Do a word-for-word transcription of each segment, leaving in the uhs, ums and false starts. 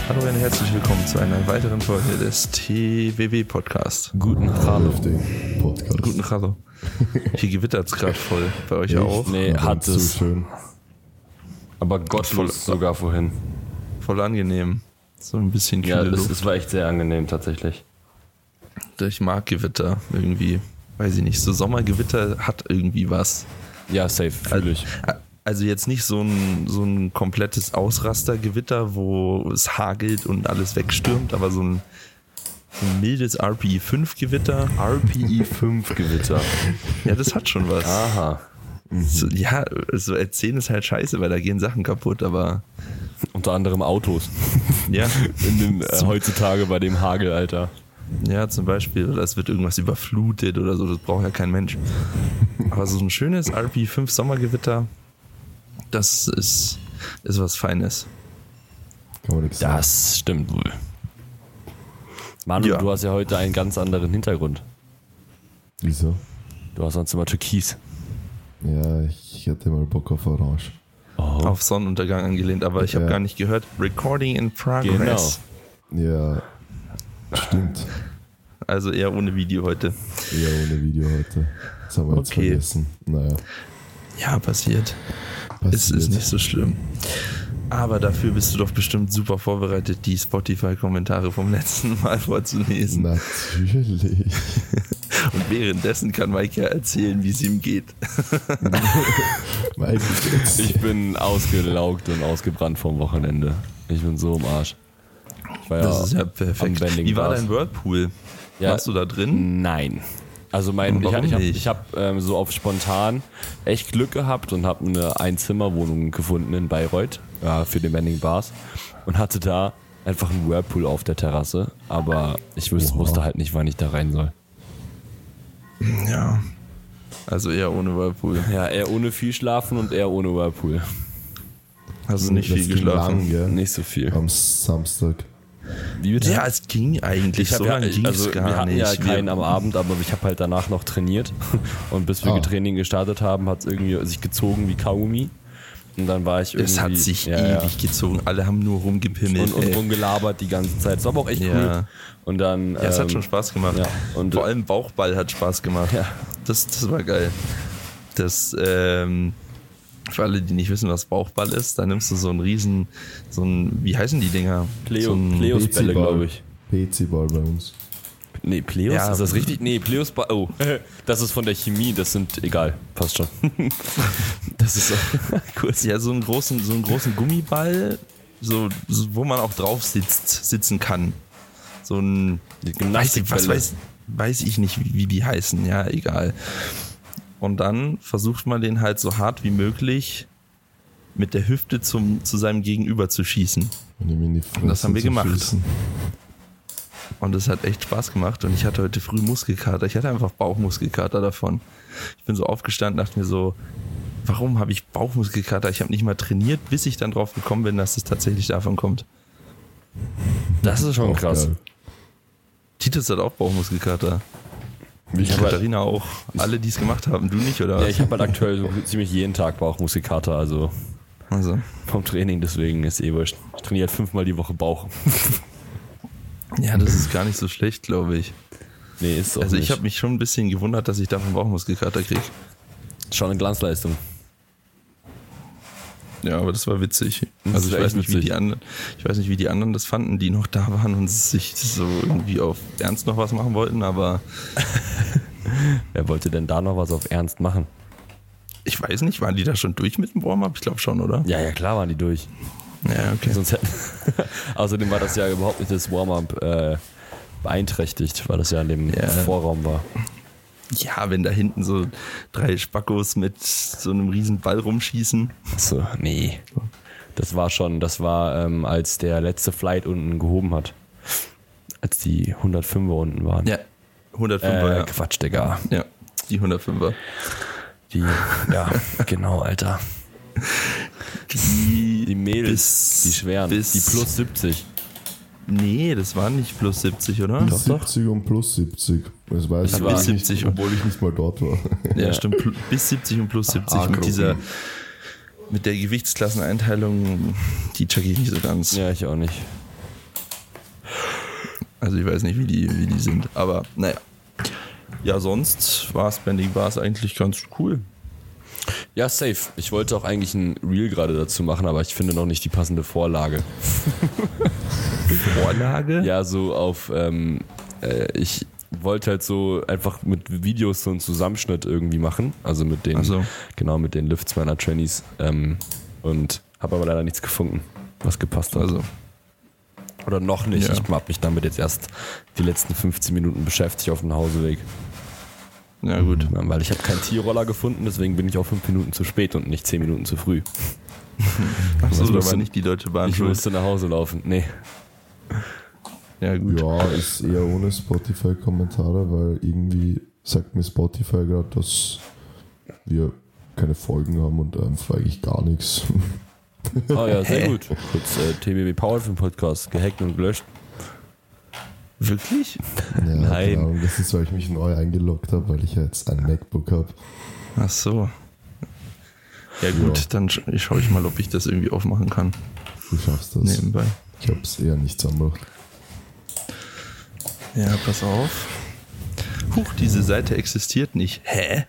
Hallo und herzlich willkommen zu einer weiteren Folge des T W W-Podcast. Guten Hallo. Podcast. Guten Hallo. Hier gewittert es gerade voll. Bei euch Echt? auch? Nee, hat es. Zu schön. Aber gottlos sogar vorhin. Voll angenehm. So ein bisschen kühle Ja, das, Luft. das war echt sehr angenehm tatsächlich. Ich mag Gewitter irgendwie. Weiß ich nicht, so Sommergewitter hat irgendwie was. Ja, safe, fühle ich. Also jetzt nicht so ein, so ein komplettes Ausrastergewitter, wo es hagelt und alles wegstürmt, aber so ein, so ein mildes R P I fünf Gewitter. R P I fünf Gewitter. Ja, das hat schon was. Aha. So, ja, so erzählen ist halt scheiße, weil da gehen Sachen kaputt, aber... Unter anderem Autos. Ja. In den, äh, heutzutage bei dem Hagel, Alter. Ja, zum Beispiel, oder es wird irgendwas überflutet oder so, das braucht ja kein Mensch. Aber so ein schönes R P I fünf Sommergewitter, das ist, ist was Feines. Kann man nichts sagen. Das stimmt wohl. Manu, Ja. du hast ja heute einen ganz anderen Hintergrund. Wieso? Du hast sonst immer Türkis. Ja, ich hatte mal Bock auf Orange. Oh. Auf Sonnenuntergang angelehnt, aber ich habe Ja. gar nicht gehört. Recording in progress. Genau. Ja, stimmt. Also eher ohne Video heute. Eher ohne Video heute. Das haben wir jetzt Okay. vergessen. Naja, Ja, passiert. passiert. Es ist nicht so schlimm. Aber dafür bist du doch bestimmt super vorbereitet, die Spotify-Kommentare vom letzten Mal vorzulesen. Natürlich. Und währenddessen kann Mike ja erzählen, wie es ihm geht. Mike, jetzt. Ich bin ausgelaugt und ausgebrannt vom Wochenende. Ich bin so im Arsch. Ich war Das ja ist ja am perfekt. Bending Wie war Bars. dein Whirlpool? Ja. Warst du da drin? Nein. Also mein, ich, Warum ich habe nicht? ich hab, ähm, so auf spontan echt Glück gehabt und habe eine Einzimmerwohnung gefunden in Bayreuth ja, für den Bending Bars und hatte da einfach einen Whirlpool auf der Terrasse, aber ich wusste, Oha. wusste halt nicht, wann ich da rein soll. Ja. Also eher ohne Whirlpool. Ja, eher ohne viel schlafen und eher ohne Whirlpool. Hast du nicht Das viel ging geschlafen? lang, gell? Nicht so viel. Am Samstag. Wie bitte? Ja, es ging eigentlich. Ich hab so ja, lange ging also es gar wir hatten nicht. ja keinen Wir- am Abend, aber ich habe halt danach noch trainiert und bis wir Ah. Training gestartet haben, hat es irgendwie sich gezogen wie Kaugummi und dann war ich irgendwie... Es hat sich ja, ja. ewig gezogen. Alle haben nur rumgepimmelt. und, und ey. rumgelabert die ganze Zeit. Das war aber auch echt Ja. cool. Und dann... Ja, es ähm, hat schon Spaß gemacht. ja, und- Vor allem Bauchball hat Spaß gemacht. Ja. Das, das war geil. Das, ähm, für alle, die nicht wissen, was Bauchball ist, da nimmst du so einen riesen, so ein, wie heißen die Dinger? Pleo, so ein, Pleos-Bälle, glaube ich. P C-Ball bei uns. Nee, Pleos? Ja. Ist das richtig? Nee, Pleos... Oh, das ist von der Chemie. Das sind... Egal, passt schon. Das ist so... Kurz. Ja, so einen großen, so einen großen Gummiball, so, so, wo man auch drauf sitzt, sitzen kann. So ein, Die weiß, ich- Gymnastikbälle. was weiß, weiß ich nicht, wie, wie die heißen, ja, egal. Und dann versucht man den halt so hart wie möglich mit der Hüfte zum, zu seinem Gegenüber zu schießen. Und ihm in die Fresse Das haben wir zu gemacht. schießen. Und es hat echt Spaß gemacht und ich hatte heute früh Muskelkater. Ich hatte einfach Bauchmuskelkater davon. Ich bin so aufgestanden, dachte mir so, warum habe ich Bauchmuskelkater? Ich habe nicht mal trainiert, bis ich dann drauf gekommen bin, dass es tatsächlich davon kommt. Das ist schon Auch krass. geil. Titus hat auch Bauchmuskelkater. Ich hab halt, Katharina auch. Alle, die es gemacht haben. Du nicht, oder ja, was? ich habe halt aktuell so ziemlich jeden Tag Bauchmuskelkater, also Also, vom Training, deswegen ist eh wurscht. Ich trainiere halt fünfmal die Woche Bauch. ja, das ist gar nicht so schlecht, glaube ich. Nee, ist auch Also nicht. ich habe mich schon ein bisschen gewundert, dass ich davon Bauchmuskelkater kriege. Schon eine Glanzleistung. Ja, aber das war witzig. Das Also ist ich echt weiß nicht, wie witzig. die anderen, ich weiß nicht, wie die anderen das fanden, die noch da waren und sich so irgendwie auf Ernst noch was machen wollten, aber Wer wollte denn da noch was auf Ernst machen? ich weiß nicht, waren die da schon durch mit dem Warm-up? Ich glaube schon, oder? Ja, ja, klar waren die durch. Ja, okay. Sonst hätten Außerdem war das ja überhaupt nicht das Warm-up äh, beeinträchtigt, weil das ja in dem Ja. Vorraum war. Ja, wenn da hinten so drei Spackos mit so einem riesen Ball rumschießen. Achso, nee. Das war schon, das war, ähm, als der letzte Flight unten gehoben hat. Als die hundertfünfer unten waren. Ja, hundertfünfer, äh, ja. Quatsch, Digga. Ja, die hundertfünfer. Die, ja, genau, Alter. Die, Die Mädels, bis- die schweren, bis- die plus siebzig. Nee, das waren nicht plus siebzig, oder? Bis siebzig und plus siebzig. Das weiß Das ich war nicht, siebzig. obwohl ich nicht mal dort war. Ja, Ja. stimmt. Pl- Bis siebzig und plus siebzig. Ah, mit Gruppen. dieser, mit der Gewichtsklasseneinteilung, die check ich nicht so ganz. Ja, ich auch nicht. Also ich weiß nicht, wie die, wie die sind, aber naja. Ja, sonst war Spending Bars eigentlich ganz cool. Ja, safe. Ich wollte auch eigentlich ein Reel gerade dazu machen, aber ich finde noch nicht die passende Vorlage. Vorlage? Ja, so auf, ähm, äh, ich wollte halt so einfach mit Videos so einen Zusammenschnitt irgendwie machen, also mit den, Ach so. genau, mit den Lifts meiner Trainees, ähm, und habe aber leider nichts gefunden, was gepasst hat. Also, Oder noch nicht, Ja. ich habe mich damit jetzt erst die letzten fünfzehn Minuten beschäftigt auf dem Nachhauseweg. ja gut. Ja, weil ich habe keinen T-Roller gefunden, deswegen bin ich auch fünf Minuten zu spät und nicht zehn Minuten zu früh. Achso, Ich da musste- war nicht die Deutsche Bahn Ich schuld. musste nach Hause laufen. Nee. Ja gut. Ja, ist eher ohne Spotify-Kommentare, weil irgendwie sagt mir Spotify gerade, dass wir keine Folgen haben und einfach eigentlich gar nichts. Ah ja, sehr Hä? gut. Kurz äh, T B B Power für den Podcast gehackt und gelöscht. Wirklich? Ja, Nein. keine Ahnung, das ist, weil ich mich neu eingeloggt habe, weil ich jetzt ein MacBook habe. Ach so. Ja gut, Ja. dann sch schaue ich mal, ob ich das irgendwie aufmachen kann. Du schaffst das. Nebenbei. Ich habe es eher nicht zusammengebracht. Ja, pass auf. Huch, diese Seite existiert nicht. Hä?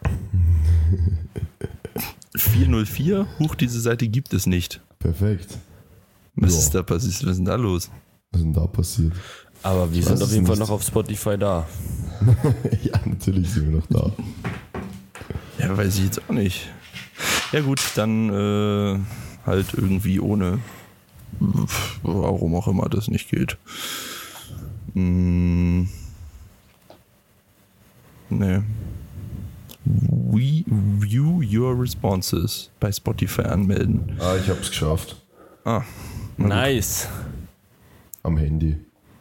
vierhundervier? Huch, diese Seite gibt es nicht. Perfekt. Was Ja. ist da passiert? Was ist denn da los? Was ist denn da passiert? Aber wir Ich sind weiß auf es jeden Fall nicht. noch auf Spotify da. Ja, natürlich sind wir noch da. Ja, weiß ich jetzt auch nicht. Ja gut, dann äh, halt irgendwie ohne. Pff, Warum auch immer das nicht geht. Hm. Nee. We view your responses bei Spotify anmelden. Ah, ich habe es geschafft. Ah, na gut. Nice. Am Handy.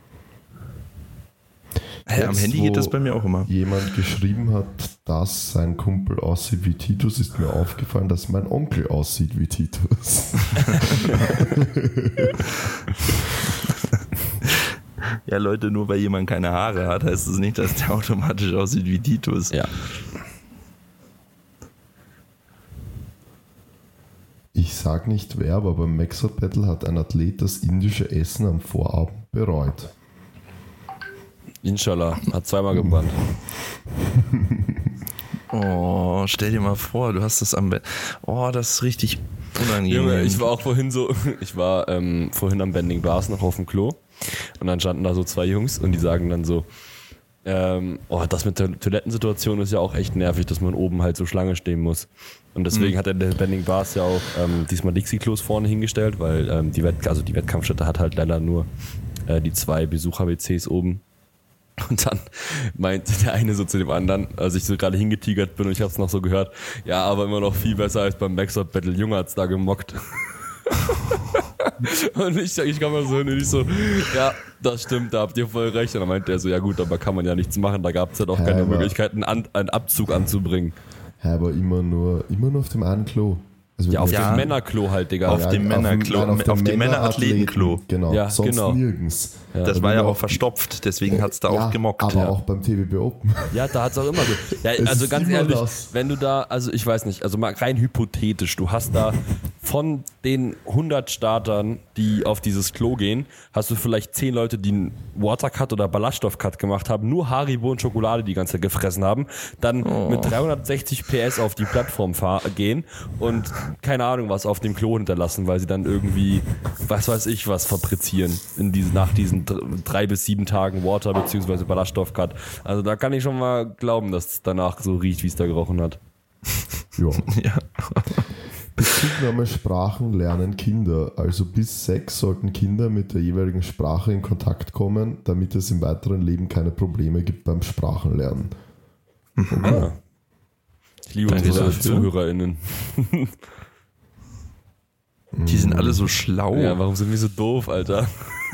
Hä, am Jetzt, Handy geht wo das bei mir auch immer. Jemand geschrieben hat, dass sein Kumpel aussieht wie Titus, ist mir aufgefallen, dass mein Onkel aussieht wie Titus. Ja, Leute, nur weil jemand keine Haare hat, heißt es nicht, dass der automatisch aussieht wie Titus. Ja. Ich sag nicht wer, aber beim Maxwell Battle hat ein Athlet das indische Essen am Vorabend bereut. Inshallah. Hat zweimal gebrannt. Oh, stell dir mal vor, du hast das am Bett. Oh, das ist richtig unangenehm. Junge, ich war auch vorhin so, ich war ähm, vorhin am Bending Bars noch auf dem Klo und dann standen da so zwei Jungs und die sagen dann so, ähm, oh, das mit der Toilettensituation ist ja auch echt nervig, dass man oben halt so Schlange stehen muss. Und deswegen Mhm. hat der Bending Bars ja auch ähm, diesmal Dixie-Klos vorne hingestellt, weil ähm, die, Wett also die Wettkampfstätte hat halt leider nur äh, die zwei Besucher-W Cs oben. Und dann meinte der eine so zu dem anderen, als ich so gerade hingetigert bin und ich hab's noch so gehört, ja, aber immer noch viel besser als beim Backside Battle. Junge hat's da gemockt. Und ich, ich kam mal so hin und ich so, ja, das stimmt, da habt ihr voll recht. Und dann meinte er so, ja gut, aber kann man ja nichts machen, da gab's halt auch Hä, keine aber- Möglichkeit, einen, An einen Abzug anzubringen. Hä, aber immer nur, immer nur auf dem einen Klo. Also Ja, auf Ja. dem Männerklo halt, Digga. Auf dem Männerklo, nein, auf dem Männerathletenklo. Genau, Ja, sonst genau. nirgends. Ja. Das Da war will ja man auch verstopft, deswegen hat's da ja, auch gemockt. Aber Ja. auch beim T B B Open. Ja, da hat's auch immer so. Ja, Es also ist ganz immer ehrlich, das. wenn du da, also ich weiß nicht, also mal rein hypothetisch, du hast da von den hundert Startern, die auf dieses Klo gehen, hast du vielleicht zehn Leute, die einen Watercut oder Ballaststoffcut gemacht haben, nur Haribo und Schokolade die ganze Zeit gefressen haben, dann Oh. mit dreihundertsechzig P S auf die Plattform fahr gehen und keine Ahnung was auf dem Klo hinterlassen, weil sie dann irgendwie, was weiß ich was, fabrizieren in diese, nach diesen dr- drei bis sieben Tagen Water bzw. Ballaststoffcut. Also da kann ich schon mal glauben, dass es danach so riecht, wie es da gerochen hat. Ja. Ja. Bezugnahme Sprachen lernen Kinder. Also bis sechs sollten Kinder mit der jeweiligen Sprache in Kontakt kommen, damit es im weiteren Leben keine Probleme gibt beim Sprachenlernen. Ah. Ich liebe Danke unsere dafür. ZuhörerInnen. Die sind alle so schlau. Ja, warum sind wir so doof, Alter?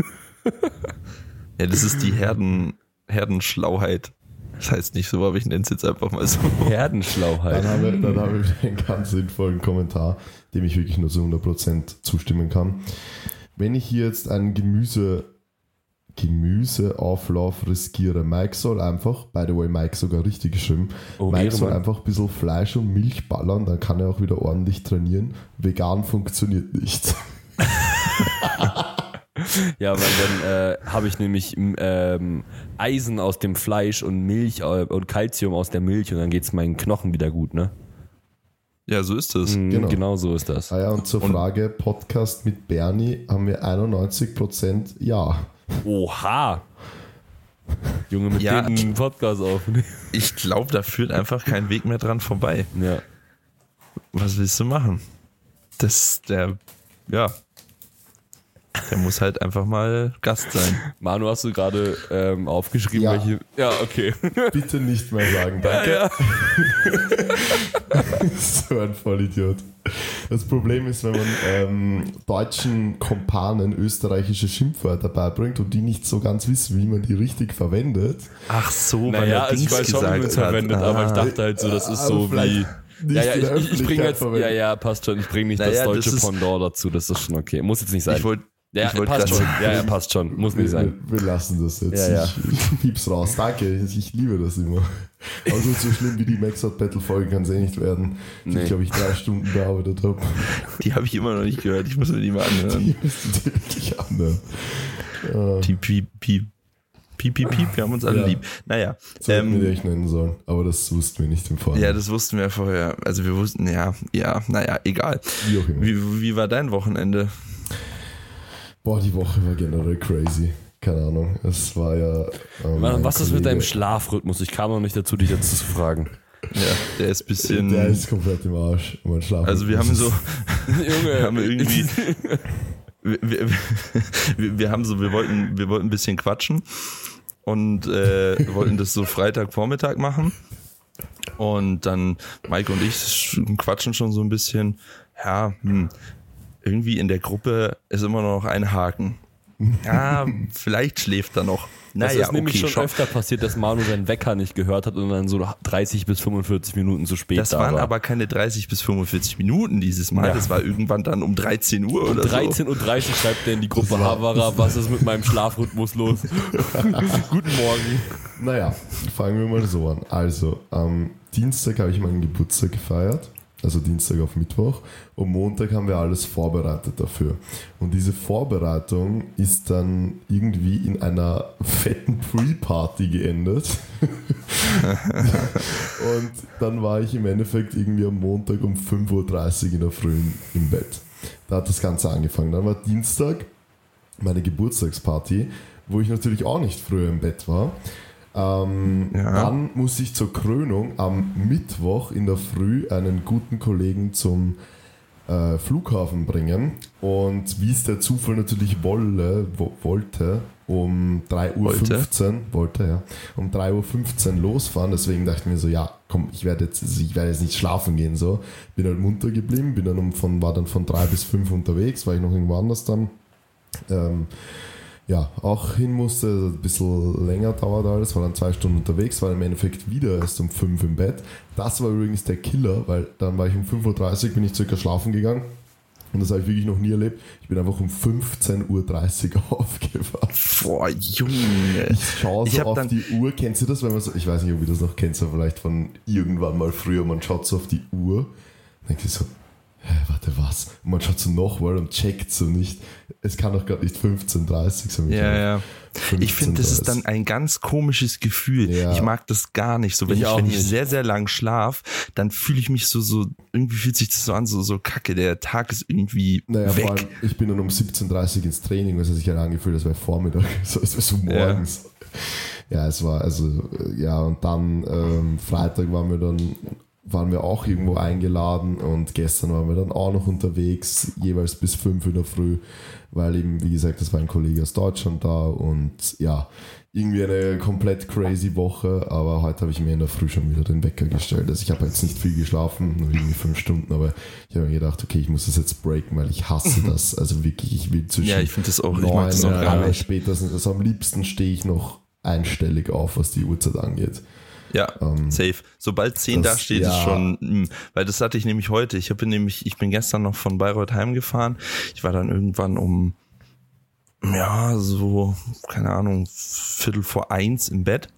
Ja, das ist die Herden, Herdenschlauheit. Das heißt nicht so, aber ich nenne es jetzt einfach mal so. Herdenschlauheit. Dann haben wir, dann haben wir einen ganz sinnvollen Kommentar, dem ich wirklich nur zu hundert Prozent zustimmen kann. Wenn ich hier jetzt einen Gemüse, Gemüseauflauf riskiere, Mike soll einfach, by the way, Mike sogar richtig geschrieben, Oh, Mike soll Ehrenmann. einfach ein bisschen Fleisch und Milch ballern, dann kann er auch wieder ordentlich trainieren. Vegan funktioniert nicht. Ja, weil dann äh, habe ich nämlich ähm, Eisen aus dem Fleisch und Milch äh, und Calcium aus der Milch und dann geht's meinen Knochen wieder gut, ne? Ja, so ist es. Mhm, Genau. genau so ist das. Ah ja, und zur Und- Frage Podcast mit Bernie haben wir einundneunzig Prozent ja. Oha! Junge, mit Ja. dem einen Podcast aufnehmen. Ich glaube, da führt einfach kein Weg mehr dran vorbei. Ja. Was willst du machen? Das, der, ja, der muss halt einfach mal Gast sein. Manu, hast du gerade ähm, aufgeschrieben, Ja. welche. Ja, okay. Bitte nicht mehr sagen, danke. Ja, So ein Vollidiot. Das Problem ist, wenn man ähm, deutschen Kompanen österreichische Schimpfwörter beibringt und die nicht so ganz wissen, wie man die richtig verwendet. Ach so, weil naja, er also ich Dings weiß schon, wie man es gesagt hat. verwendet, aber ich Ah. dachte halt so, das ist Aber so vielleicht wie. nicht Ja, ja, in der ich, ich, ich bringe Öffentlichkeit jetzt. Ja, verwenden. ja, passt schon. Ich bringe nicht Naja, das deutsche das ist- Pendant dazu, das ist schon okay. Muss jetzt nicht sein. Ich wollte ja, ich wollt passt grad schon. sagen, Ja, ja, passt schon. Muss nicht Wir, sein. wir lassen das jetzt. Ja, ja. Ich, ich piep's raus. Danke, ich, ich liebe das immer. Aber so, so schlimm wie die Max Out Battle Folge kann es eh nicht werden, die Nee. ich glaube ich drei Stunden bearbeitet habe. die habe ich immer noch nicht gehört. Ich muss mir die mal anhören. Die müsst ihr wirklich anhören. Äh, Piep, piep, piep. Piep, piep, piep. Wir haben uns alle Ja. lieb. Naja. so hätten wir die Ähm, echt nennen sollen. Aber das wussten wir nicht im Vorhinein. ja, das wussten wir vorher. Also wir wussten, ja, ja, naja, egal. Wie auch immer. Wie, wie war dein Wochenende? Boah, die Woche war generell crazy. Keine Ahnung. Es war ja. Ähm, Mann, mein was ist mit Kollege- deinem Schlafrhythmus? Ich kam noch nicht dazu, dich jetzt zu fragen. Ja, der ist ein bisschen. Der ist komplett im Arsch. Mein Schlaf. Also wir haben so, Junge, wir haben irgendwie, wir, wir, wir, wir haben so, wir wollten, wir wollten ein bisschen quatschen und äh, wollten das so Freitagvormittag machen und dann Mike und ich quatschen schon so ein bisschen. Ja, hm, irgendwie in der Gruppe ist immer noch ein Haken. Ja, vielleicht schläft er noch. Das Naja, ist nämlich okay, schon schau. öfter passiert, dass Manu seinen Wecker nicht gehört hat und dann so dreißig bis fünfundvierzig Minuten zu spät Das da waren war. aber keine dreißig bis fünfundvierzig Minuten dieses Mal. Ja. Das war irgendwann dann um dreizehn Uhr Um oder so. dreizehn Uhr dreißig schreibt er in die Gruppe, Das war- Havara, was ist mit meinem Schlafrhythmus los? Guten Morgen. Naja, fangen wir mal so an. Also, am Dienstag habe ich meinen Geburtstag gefeiert. Also Dienstag auf Mittwoch. Und Montag haben wir alles vorbereitet dafür. Und diese Vorbereitung ist dann irgendwie in einer fetten Pre-Party geendet. Und dann war ich im Endeffekt irgendwie am Montag um fünf Uhr dreißig in der Früh im Bett. Da hat das Ganze angefangen. Dann war Dienstag meine Geburtstagsparty, wo ich natürlich auch nicht früher im Bett war. Ähm, Ja. Dann musste ich zur Krönung am Mittwoch in der Früh einen guten Kollegen zum äh, Flughafen bringen. Und wie es der Zufall natürlich wolle, wo, wollte, um drei Uhr fünfzehn, wollte, ja, um drei Uhr fünfzehn losfahren. Deswegen dachte ich mir so, ja, komm, ich werde jetzt, ich werde jetzt nicht schlafen gehen. So. Bin halt munter geblieben, bin dann um von, war dann von drei bis fünf unterwegs, war ich noch irgendwo anders dann. Ähm, ja, auch hin musste, ein bisschen länger dauert alles, war dann zwei Stunden unterwegs, war im Endeffekt wieder erst um fünf im Bett. Das war übrigens der Killer, weil dann war ich um fünf Uhr dreißig, bin ich circa schlafen gegangen und das habe ich wirklich noch nie erlebt. Ich bin einfach um fünfzehn Uhr dreißig aufgewacht. Boah, Junge. Ich schaue Ich so hab auf dann- die Uhr, kennst du das, wenn man so, ich weiß nicht, ob ihr das noch kennt, so vielleicht von irgendwann mal früher, man schaut so auf die Uhr, denkt sich so, hä, warte, was? Und man schaut so nochmal und checkt so nicht. Es kann doch gerade nicht fünfzehn Uhr dreißig sein. Ja, ja. Ich finde, das ist fünfzehn Uhr dreißig. dann ein ganz komisches Gefühl. Ja. Ich mag das gar nicht. So, wenn Ich ich, auch wenn ich nicht. sehr, sehr lang schlaf, dann fühle ich mich so, so, irgendwie fühlt sich das so an, so, so kacke. Der Tag ist irgendwie Naja, vor allem, weg. ich bin dann um siebzehn Uhr dreißig ins Training, was hat sich halt angefühlt, das war Vormittag, so, es war so morgens. Ja. ja, es war, also, ja, und dann ähm, Freitag waren wir dann, waren wir auch irgendwo eingeladen und gestern waren wir dann auch noch unterwegs, jeweils bis fünf in der Früh, weil eben, wie gesagt, das war ein Kollege aus Deutschland da und ja, irgendwie eine komplett crazy Woche, aber heute habe ich mir in der Früh schon wieder den Wecker gestellt. Also ich habe jetzt nicht viel geschlafen, nur irgendwie fünf Stunden, aber ich habe mir gedacht, okay, ich muss das jetzt breaken, weil ich hasse das. Also wirklich, ich will zwischen Ja, ich finde das auch, ich neun mag das auch und gar drei nicht. spätestens, also am liebsten stehe ich noch einstellig auf, was die Uhrzeit angeht. Ja, safe. Sobald zehn das- da steht, ja. ist schon, mh, weil das hatte ich nämlich heute. Ich habe nämlich, ich bin gestern noch von Bayreuth heimgefahren. Ich war dann irgendwann um, ja, so, keine Ahnung, Viertel vor eins im Bett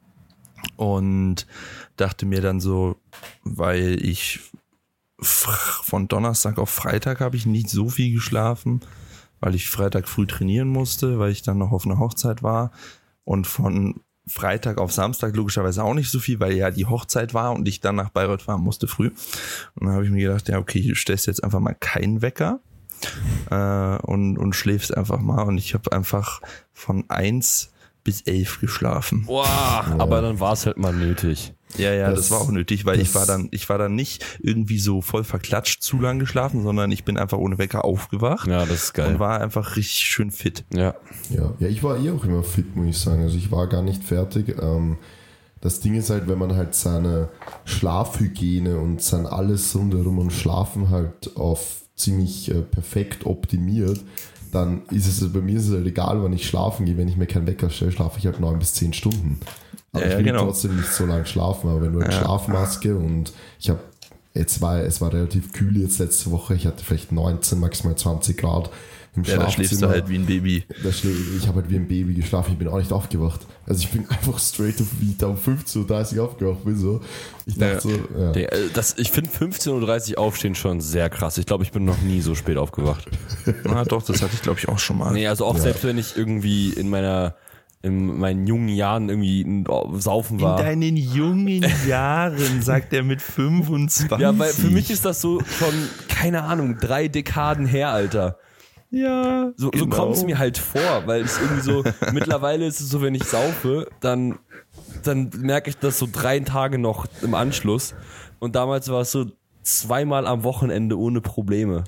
und dachte mir dann so, weil ich fr- von Donnerstag auf Freitag habe ich nicht so viel geschlafen, weil ich Freitag früh trainieren musste, weil ich dann noch auf einer Hochzeit war und von Freitag auf Samstag logischerweise auch nicht so viel, weil ja die Hochzeit war und ich dann nach Bayreuth fahren musste früh. Und dann habe ich mir gedacht, ja okay, du stellst jetzt einfach mal keinen Wecker äh, und, und schläfst einfach mal. Und ich habe einfach von eins bis elf geschlafen. Boah, ja. Aber dann war es halt mal nötig. Ja, ja, das, das war auch nötig, weil das, ich war dann, ich war dann nicht irgendwie so voll verklatscht zu lang geschlafen, sondern ich bin einfach ohne Wecker aufgewacht. Ja, das ist geil. Und war einfach richtig schön fit. Ja. Ja, ja, ich war eh auch immer fit, muss ich sagen. Also ich war gar nicht fertig. Ähm, das Ding ist halt, wenn man halt seine Schlafhygiene und sein alles rundherum und Schlafen halt auf ziemlich äh, perfekt optimiert, dann ist es, bei mir ist es halt egal, wann ich schlafen gehe. Wenn ich mir keinen Wecker stelle, schlafe ich halt neun bis zehn Stunden. Aber ja, ich will genau. trotzdem nicht so lange schlafen. Aber wenn du eine ja. Schlafmaske und ich habe, jetzt war es war relativ kühl jetzt letzte Woche, ich hatte vielleicht neunzehn, maximal zwanzig Grad im Ja, da schläfst du halt wie ein Baby. Da schlä- ich habe halt wie ein Baby geschlafen, ich bin auch nicht aufgewacht. Also ich bin einfach straight auf, wie ich da um fünfzehn Uhr dreißig aufgewacht bin. So. Ich dachte Ja. so, ja. Der, äh, das, ich finde fünfzehn Uhr dreißig aufstehen schon sehr krass. Ich glaube, ich bin noch nie so spät aufgewacht. Na doch, das hatte ich glaube ich auch schon mal. Nee, also auch Ja. selbst wenn ich irgendwie in meiner in meinen jungen Jahren irgendwie saufen In war. deinen jungen Jahren, sagt er mit fünfundzwanzig. Ja, weil für mich ist das so schon, keine Ahnung, drei Dekaden her, Alter. Ja, So, genau. so kommt es mir halt vor, weil es irgendwie so, mittlerweile ist es so, wenn ich saufe, dann, dann merke ich das so drei Tage noch im Anschluss. Und damals war es so zweimal am Wochenende ohne Probleme.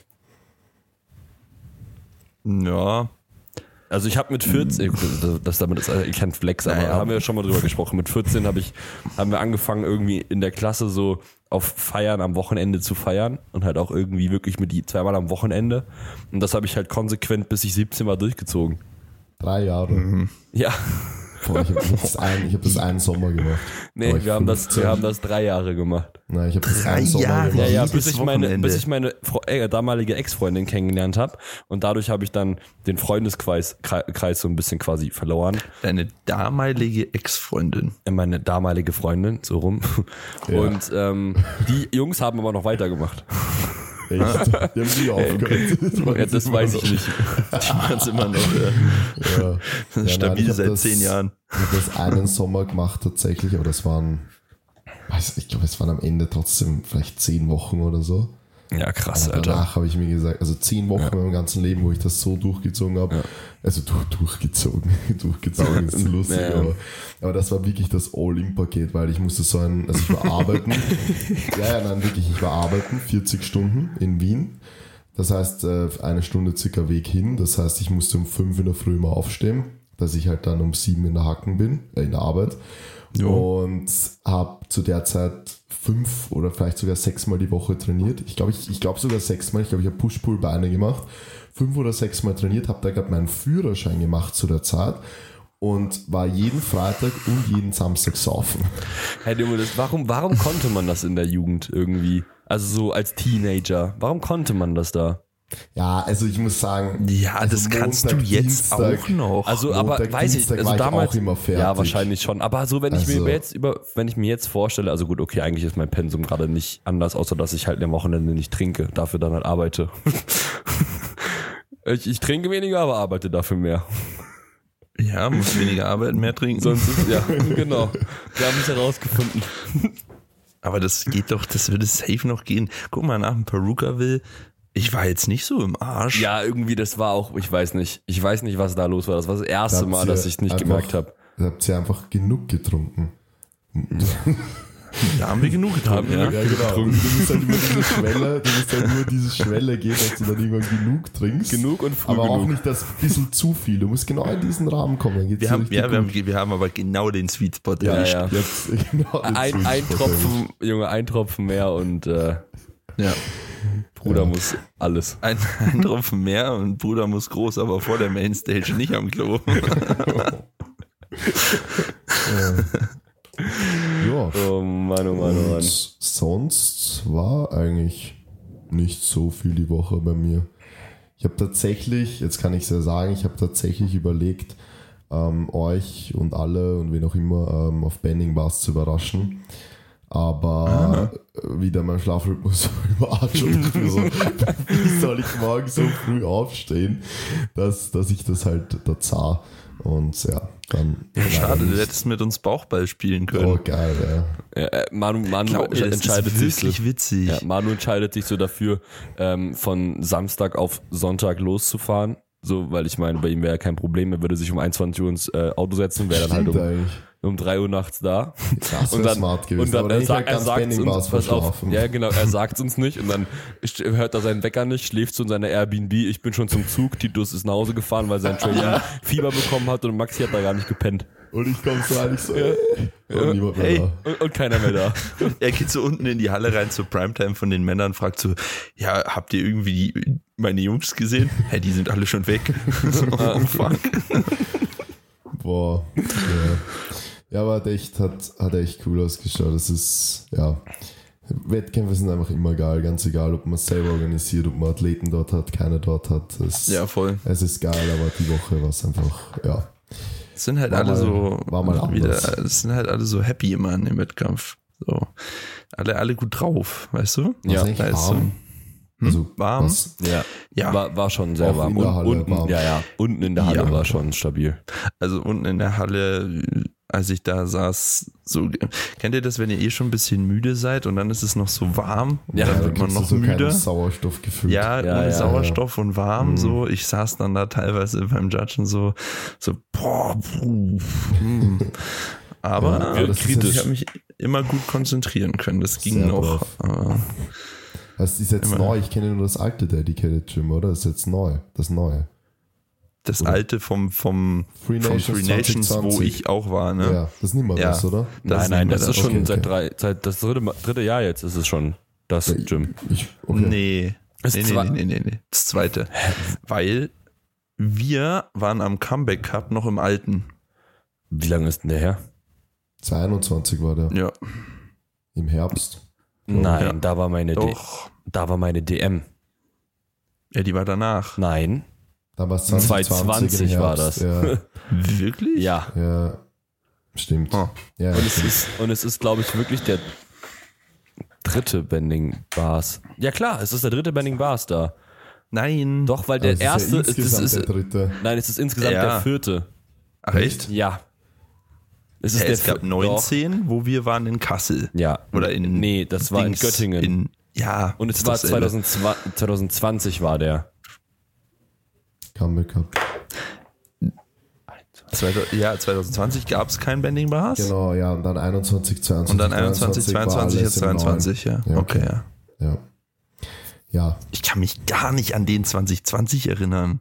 Ja. Also ich habe mit vierzehn, das, das damit ist ich kein Flex, aber Naja. haben wir ja schon mal drüber gesprochen. Mit vierzehn habe ich, haben wir angefangen irgendwie in der Klasse so auf Feiern am Wochenende zu feiern und halt auch irgendwie wirklich mit die zweimal am Wochenende. Und das habe ich halt konsequent, bis ich siebzehn war, durchgezogen. Drei Jahre. Mhm. Ja, Boah, ich habe das, ein, ich hab das einen Sommer gemacht. nee, War ich wir haben, das, fünfzehn. wir haben das drei Jahre gemacht. Nein, ich habe das Drei einen Sommer Jahre? gemacht. Ja, ja, Jedes bis ich meine, Wochenende. bis ich meine Fre äh, damalige Ex-Freundin kennengelernt habe. Und dadurch habe ich dann den Freundeskreis Kre- Kreis so ein bisschen quasi verloren. Deine damalige Ex-Freundin. Äh, Meine damalige Freundin, so rum. Ja. Und ähm, die Jungs haben aber noch weitergemacht. Echt? Die haben nie aufgehört. Ja, das weiß ich nicht. Die machen es immer noch. Ja. Ja. Ja, Stabil nein, ich hab seit das- zehn Jahren. Ich habe das einen Sommer gemacht tatsächlich, aber das waren, weiß, ich glaube, es waren am Ende trotzdem vielleicht zehn Wochen oder so. Ja, krass, Aber Alter. danach habe ich mir gesagt, also zehn Wochen in meinem ganzen Leben, wo ich das so durchgezogen habe. Ja. Also durch, durchgezogen, durchgezogen ist lustig, Ja, ja. Aber, aber das war wirklich das All-In-Paket, weil ich musste so ein, also ich war arbeiten, ja, ja, nein, wirklich, ich war arbeiten, vierzig Stunden in Wien. Das heißt, äh, eine Stunde circa Weg hin. Das heißt, ich musste um fünf in der Früh mal aufstehen, dass ich halt dann um sieben in der Hacken bin, äh, in der Arbeit. Jo. Und habe zu der Zeit fünf oder vielleicht sogar sechsmal die Woche trainiert. Ich glaube ich, ich glaub sogar sechsmal. Ich glaube, ich habe Push-Pull-Beine gemacht. Fünf oder sechsmal trainiert, habe da gerade meinen Führerschein gemacht zu der Zeit und war jeden Freitag und jeden Samstag saufen. Hey, Junge, das, warum, warum konnte man das in der Jugend irgendwie? Also so als Teenager. Warum konnte man das da? Ja, also ich muss sagen, Ja, also das kannst du Montag, jetzt Dienstag, auch noch. Also, aber Montag, weiß ich, Dienstag also war ich damals auch immer fertig. Ja, wahrscheinlich schon. Aber so, wenn ich Also- mir jetzt über, wenn ich mir jetzt vorstelle, also gut, okay, eigentlich ist mein Pensum gerade nicht anders, außer dass ich halt am Wochenende nicht trinke, dafür dann halt arbeite. ich, ich trinke weniger, aber arbeite dafür mehr. Ja, muss weniger arbeiten, mehr trinken. Sonst ist, ja, genau. Wir haben es herausgefunden. Aber das geht doch, das würde safe noch gehen. Guck mal, nach dem Perukaville, ich war jetzt nicht so im Arsch. Ja, irgendwie, das war auch, ich weiß nicht, ich weiß nicht, was da los war. Das war das erste Habt Mal, ihr dass ich es nicht einfach- gemerkt habe. Da habt ihr einfach genug getrunken. Da haben wir genug getrunken, ja. Ja, genau. Du musst halt über diese Schwelle, du musst halt über diese Schwelle gehen, dass du dann irgendwann genug trinkst. Genug und früh aber auch genug. nicht das bisschen zu viel. Du musst genau in diesen Rahmen kommen. Dann geht's Wir dir haben, richtig ja, wir gut. haben, wir haben aber genau den Sweet Spot Ja, erwischt. ja. Jetzt, genau, den Ein, Sweet ein Spot Tropfen, Junge, ein Tropfen mehr und äh, Ja. Bruder Ja. muss alles. Ein, ein Tropfen mehr und Bruder muss groß, aber vor der Mainstage, nicht am Klo. Ja. Oh Mann, oh Mann, oh Mann. Und sonst war eigentlich nicht so viel die Woche bei mir. Ich habe tatsächlich, jetzt kann ich es ja sagen, ich habe tatsächlich überlegt, ähm, euch und alle und wen auch immer ähm, auf Banning Bars zu überraschen. aber ah. wieder mein Schlafrhythmus im Arsch und so, wie soll ich morgen so früh aufstehen, dass, dass ich das halt da zahle. Und ja, dann. Ja, schade, du hättest mit uns Bauchball spielen können. Oh, geil, ja. ja Manu, Manu Glaub mir, entscheidet das ist sich. wirklich so, witzig. Ja, Manu entscheidet sich so dafür, ähm, von Samstag auf Sonntag loszufahren. So, weil ich meine, bei ihm wäre ja kein Problem, er würde sich um einundzwanzig Uhr ins äh, Auto setzen und wäre dann halt um, um drei Uhr nachts da. Das und dann, smart gewesen. und dann aber er, ich sagt, halt er sagt uns, pass auf, ja genau, er sagt uns nicht und dann hört er seinen Wecker nicht, schläft so in seiner Airbnb, ich bin schon zum Zug, Titus ist nach Hause gefahren, weil sein Trainer Fieber bekommen hat und Maxi hat da gar nicht gepennt. Und ich komme so eigentlich so, ja. Ja. Niemand mehr Hey. da. Und, und keiner mehr da. Er geht so unten in die Halle rein zur Primetime von den Männern, fragt so, ja, habt ihr irgendwie die, meine Jungs gesehen? Hä, die sind alle schon weg. So, oh, fuck. Boah, ja. Ja, aber hat echt, hat, hat echt cool ausgeschaut. Das ist, ja, Wettkämpfe sind einfach immer geil, ganz egal, ob man es selber organisiert, ob man Athleten dort hat, keine dort hat. Es, Ja, voll. Es ist geil, aber die Woche war es einfach, ja. Es sind halt War alle mal- so war mal wieder, anders. es sind halt alle so happy immer an dem Wettkampf. So. Alle, alle gut drauf, weißt du? War Ja, es eigentlich da ist so- warm? Also, warm? was- Ja, Ja. War, war schon sehr Auch warm. in der Und, Halle unten, warm. ja, ja, unten in der Halle Ja. war schon stabil. Also unten in der Halle, als ich da saß, so, kennt ihr das, wenn ihr eh schon ein bisschen müde seid und dann ist es noch so warm und Ja, dann da wird man kriegst du noch so müde? keinen Sauerstoff gefühlt. Ja, Ja, ohne ja, Sauerstoff und warm, Mhm. so. Ich saß dann da teilweise beim Judgen so, so, boah, puh, hm. Aber Ja, äh, das ist kritisch. jetzt- Ich habe mich immer gut konzentrieren können. Das ging Sehr noch. brav. Aber Das ist jetzt Immer. neu, ich kenne nur das alte Dedicated Gym, oder? Das ist jetzt neu, das neue. das Oder? alte vom, vom, Free vom Nations Free Nations, wo zwanzig zwanzig. ich auch war, ne? Ja, das ist nicht mehr Ja. das, oder? Das nein, ist nein, nicht das mehr ist das. schon Okay, seit okay. drei, seit das dritte, Ma- dritte Jahr jetzt ist es schon das Gym. Ich, okay. Nee. Das Nee, zwe- nee, nee, nee, nee. Das zweite. Weil wir waren am Comeback Cup noch im alten. Wie lange ist denn der her? zweiundzwanzig war der, Ja. im Herbst. Nein, Ja. da war meine D- Doch. da war meine D M. Ja, die war danach. Nein. Da war es zwanzig zwanzig im war Herbst. das. Wirklich? Ja. Ja, ja, stimmt. Oh. Ja, Und es stimmt. ist, und es ist, glaube ich, wirklich der dritte Bending Bars. Ja klar, es ist der dritte Bending Bars da. Nein. Doch, weil der Also es erste ja ist, insgesamt ist, ist, der dritte. nein, es ist insgesamt Ja. der vierte. Ach, echt? Ja. Es ist Hä, der es gab vier- neunzehn, wo wir waren in Kassel. Doch. Ja. Oder in Nee, das war Dings, in Göttingen. In, ja. und es ist war dasselbe. zweitausendzwanzig, zweitausendzwanzig war der. Comeback Cup. zweitausend, ja, zwanzig zwanzig gab es kein Bending Bars. Genau, ja, und dann einundzwanzig, zweiundzwanzig. Und dann einundzwanzig, zweiundzwanzig, jetzt war alles im zweiundzwanzig, ja. Ja, Okay, okay. ja. neuen. Ja. Ja. Ich kann mich gar nicht an den zwanzig zwanzig erinnern.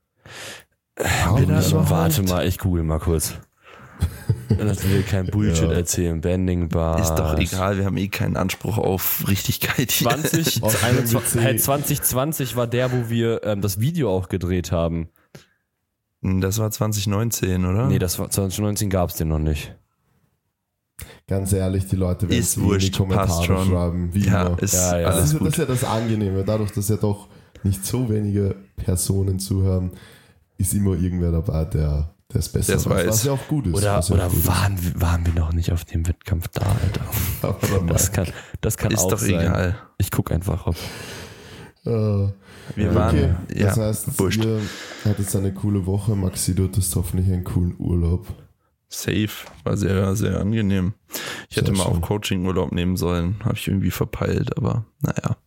Haben wir da überhaupt? Warte mal, ich google mal kurz. Das will kein Bullshit Ja. erzählen. Bending Bars. Ist doch egal, wir haben eh keinen Anspruch auf Richtigkeit hier. zwanzig, Aus einundzwanzig, dem W C. hey, zwanzig zwanzig war der, wo wir ähm, das Video auch gedreht haben. Das war zwanzig neunzehn, oder? Nee, das war zwanzig neunzehn gab's den noch nicht. Ganz ehrlich, die Leute werden Ist es in die wurscht, Kommentare passt schon. schreiben, wie ja, immer. ist Ja, ja. Das alles ist, das gut. ist ja das Angenehme, dadurch, dass ja doch nicht so wenige Personen zuhören, ist immer irgendwer dabei, der der es besser Der es weiß. was ja auch gut ist. Oder, was ja oder auch gut waren, wir- waren wir noch nicht auf dem Wettkampf da, Alter? ist. Aber Das kann, das kann Ist auch doch sein. egal. Ich guck einfach, ob. äh, Wir okay, waren, ja, das heißt, wurscht. ihr hattet eine coole Woche. Maxi, du hattest hoffentlich einen coolen Urlaub. Safe. War sehr, sehr angenehm. Ich Sehr hätte mal schön. auch Coaching-Urlaub nehmen sollen. Habe ich irgendwie verpeilt, aber naja.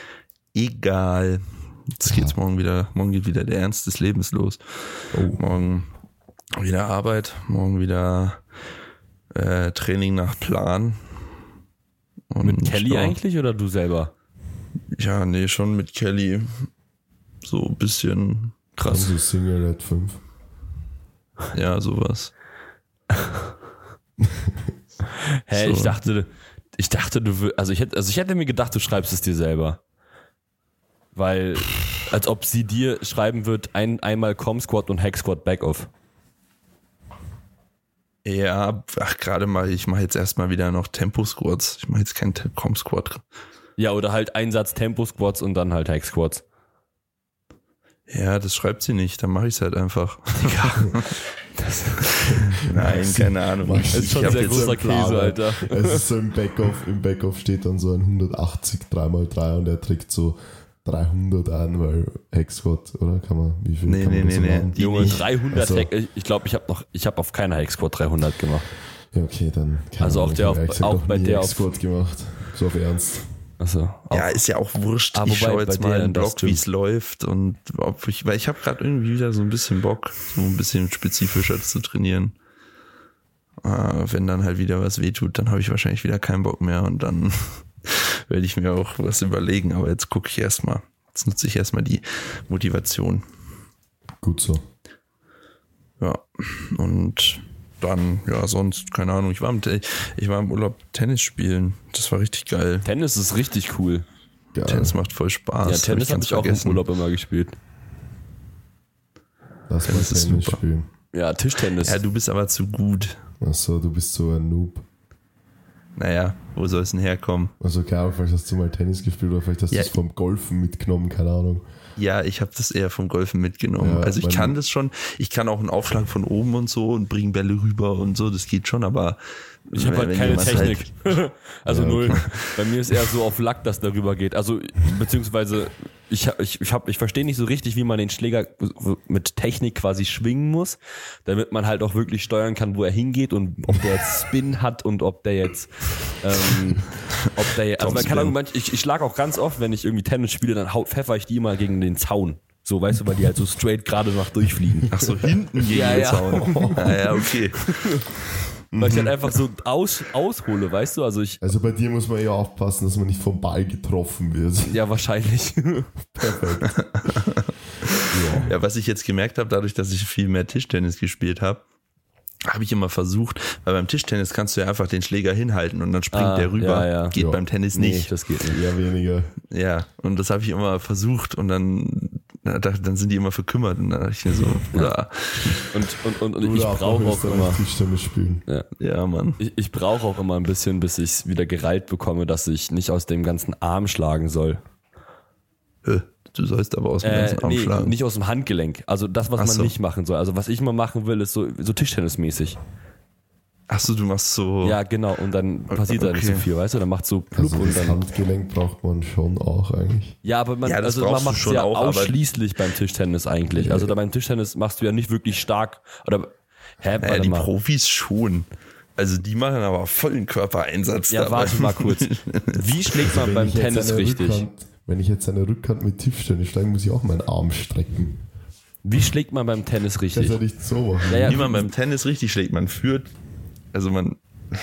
Egal. Jetzt geht's morgen wieder, morgen geht wieder der Ernst des Lebens los. Oh. Morgen wieder Arbeit, morgen wieder äh, Training nach Plan. Und Mit Kelly ja, eigentlich oder du selber? Ja, nee, schon mit Kelly. So ein bisschen krass. Also Single at fünf. Ja, sowas. Hä, So. ich dachte, ich dachte, du wür- also ich hätte, also ich hätte mir gedacht, du schreibst es dir selber. Weil, als ob sie dir schreiben wird, ein, einmal Com Squad und Hack Squad Backoff. Ja, ach, gerade mal, ich mache jetzt erstmal wieder noch Tempo-Squats. Ich mache jetzt keinen Com-Squat. Ja, oder halt Einsatz Tempo Squats und dann halt Hack Squats. Ja, das schreibt sie nicht, dann mache ich es halt einfach. Nein, keine Ahnung. Das ist schon Ich hab sehr jetzt- großer Käse, Alter. Es ist so im Backoff, im Backoff steht dann so ein hundertachtzig drei mal drei und er trägt so dreihundert ein, weil Hexquad, oder? Kann man, wie viel Nee, kann man nee, das nee, nee. machen? Die Junge, nicht. dreihundert Also- Hex, ich glaube, ich habe noch, ich habe auf keiner Hexquad dreihundert gemacht. Ja, okay, dann kann Also man auf der- ehrlich auf- gesagt auch noch bei nie der auf- Hexquad gemacht. So auf Ernst. Also, Ja, ist ja auch wurscht. Ah, ich wobei, schaue bei jetzt dir mal in im das Blog, stimmt. wie es läuft und ob ich, weil ich habe gerade irgendwie wieder so ein bisschen Bock, so ein bisschen spezifischer zu trainieren. Äh, wenn dann halt wieder was wehtut, dann habe ich wahrscheinlich wieder keinen Bock mehr und dann werde ich mir auch was überlegen. Aber jetzt gucke ich erstmal. Jetzt nutze ich erstmal die Motivation. Gut so. Ja, und dann, ja, sonst, keine Ahnung, ich war im, ich war im Urlaub Tennis spielen. Das war richtig geil. Tennis ist richtig cool. Geil. Tennis macht voll Spaß. Ja, Tennis habe ganz ich auch im Urlaub immer gespielt. Lass mal Tennis ist Tennis super. spielen. Ja, Tischtennis. Ja, du bist aber zu gut. Achso, du bist so ein Noob. Naja, wo soll es denn herkommen? Also keine Ahnung, vielleicht hast du mal Tennis gespielt oder vielleicht hast Ja. du es vom Golfen mitgenommen, keine Ahnung. Ja, ich habe das eher vom Golfen mitgenommen. Ja, also ich mein- kann das schon. Ich kann auch einen Aufschlag von oben und so und bringen Bälle rüber und so. Das geht schon, aber Ich habe halt wenn keine jemand Technik. Also Ja, null. okay. Bei mir ist eher so auf Lack, dass darüber geht. Also beziehungsweise ich hab- ich ich, hab- ich verstehe nicht so richtig, wie man den Schläger mit Technik quasi schwingen muss, damit man halt auch wirklich steuern kann, wo er hingeht und ob der jetzt Spin hat und ob der jetzt ähm, ob der jetzt, also man kann auch, Topspin. manch, ich, ich schlag auch ganz oft, wenn ich irgendwie Tennis spiele, dann hau, pfeffer ich die immer gegen den Zaun. So, weißt du, weil die halt so straight gerade noch durchfliegen. ach so hinten gegen Ja, den ja. Zaun. Ah, ja, okay. Weil ich halt einfach so aus, aushole, weißt du? Also ich, Also bei dir muss man eher aufpassen, dass man nicht vom Ball getroffen wird. ja, wahrscheinlich. Perfekt. Ja, was ich jetzt gemerkt habe, dadurch, dass ich viel mehr Tischtennis gespielt habe, habe ich immer versucht, weil beim Tischtennis kannst du ja einfach den Schläger hinhalten und dann springt Ah, der rüber. ja, ja. Geht Ja. beim Tennis Nee, nicht. das geht nicht. Eher weniger. Ja, und das habe ich immer versucht und dann, na, da- dann sind die immer verkümmert und dann dachte ich mir so, oder, Und, und, und, und ich Oder brauche auch Österreich immer, Tischtennis spielen. ja, ja, Mann. ich, ich brauche auch immer ein bisschen, bis ich es wieder gereilt bekomme, dass ich nicht aus dem ganzen Arm schlagen soll. Äh, Du sollst aber aus dem Äh, ganzen Arm nee, schlagen. nicht aus dem Handgelenk. Also das, was Ach man so. nicht machen soll. Also was ich mal machen will, ist so, so Tischtennismäßig. Achso, du machst so. Ja, genau. Und dann passiert da nicht so Okay. viel, weißt du? Dann macht so plupp Also und das dann. Handgelenk braucht man schon auch eigentlich. Ja, aber man, Ja, das also man brauchst du macht es schon ja auch, aber- ausschließlich beim Tischtennis eigentlich. Also da beim Tischtennis machst du ja nicht wirklich stark. Oder hä, Naja, warte die mal. Profis schon. Also die machen aber vollen Körpereinsatz Ja, dabei. warte mal kurz. Wie schlägt man Wenn beim ich jetzt Tennis eine richtig? Rückhand, wenn ich jetzt eine Rückhand mit Tischtennis schlage, muss ich auch meinen Arm strecken. Wie schlägt man beim Tennis Kannst richtig? ja nicht so machen. Ja, ja. Wie man beim Tennis richtig schlägt. Man führt, also man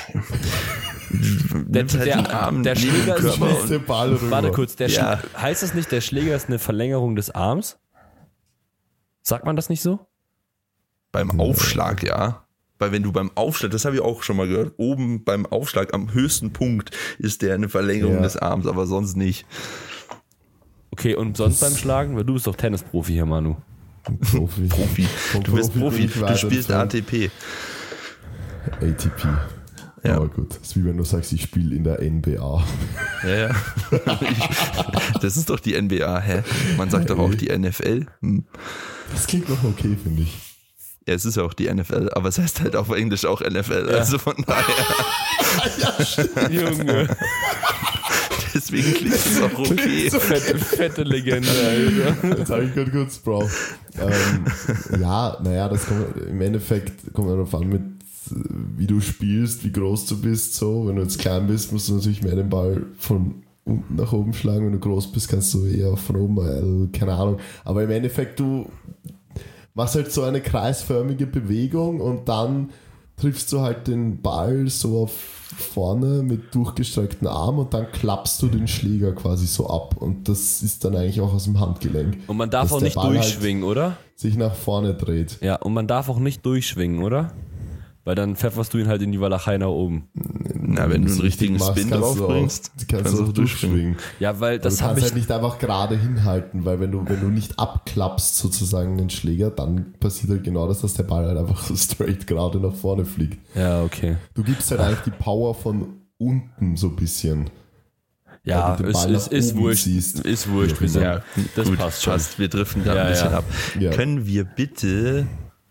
Der, nimmt halt der, den Arm der neben den Schläger ist Körper Schmeißt und den Ball rüber. Warte kurz, der Ja. Sch- heißt das nicht, der Schläger ist eine Verlängerung des Arms? Sagt man das nicht so? beim Aufschlag, ja. Weil wenn du beim Aufschlag, das habe ich auch schon mal gehört, oben beim Aufschlag am höchsten Punkt ist der eine Verlängerung Ja. des Arms, aber sonst nicht. Okay, und sonst beim Schlagen? Weil du bist doch Tennisprofi hier, Manu. Profi. Profi. Vom Du bist bin Profi, ich du weit spielst entfernt. A T P. A T P. Ja. Aber gut, das ist wie wenn du sagst, ich spiele in der N B A. Ja, ja. Das ist doch die N B A, hä? Man sagt doch auch die N F L. Hm. Das klingt noch okay, finde ich. Ja, es ist ja auch die N F L, aber es heißt halt auf Englisch auch N F L. Also von daher, Junge, deswegen klingt es auch okay. fette, fette Legende, Alter. Jetzt habe ich gerade kurz gebraucht. Ähm, ja, naja, das kommt im Endeffekt kommt darauf an, mit wie du spielst, wie groß du bist. So, wenn du jetzt klein bist, musst du natürlich mehr den Ball von unten nach oben schlagen. Wenn du groß bist, kannst du eher von oben, also, keine Ahnung. Aber im Endeffekt, du machst halt so eine kreisförmige Bewegung und dann triffst du halt den Ball so auf vorne mit durchgestreckten Arm und dann klappst du den Schläger quasi so ab und das ist dann eigentlich auch aus dem Handgelenk. Und man darf Dass auch der nicht Ball halt durchschwingen, oder? sich nach vorne dreht. Ja, und man darf auch nicht durchschwingen, oder? Weil dann pfefferst du ihn halt in die Walachei nach oben. Na, wenn du einen richtigen machst, Spin kannst drauf du auch- bringst, kannst, kannst du du auch auch durchschwingen. durchschwingen. Ja, weil Das das du habe kannst ich... halt nicht einfach gerade hinhalten, weil wenn du, wenn du nicht abklappst sozusagen den Schläger, dann passiert halt genau das, dass der Ball halt einfach so straight gerade nach vorne fliegt. Ja, okay. Du gibst halt eigentlich die Power von unten so ein bisschen. Ja, Weil du den ist, Ball ist, nach ist oben wurscht. ziehst. Ist wurscht. Wir sind, Ja, das gut, passt schon. Wir driften da Ja, ein bisschen ja. ab. Ja. Können wir bitte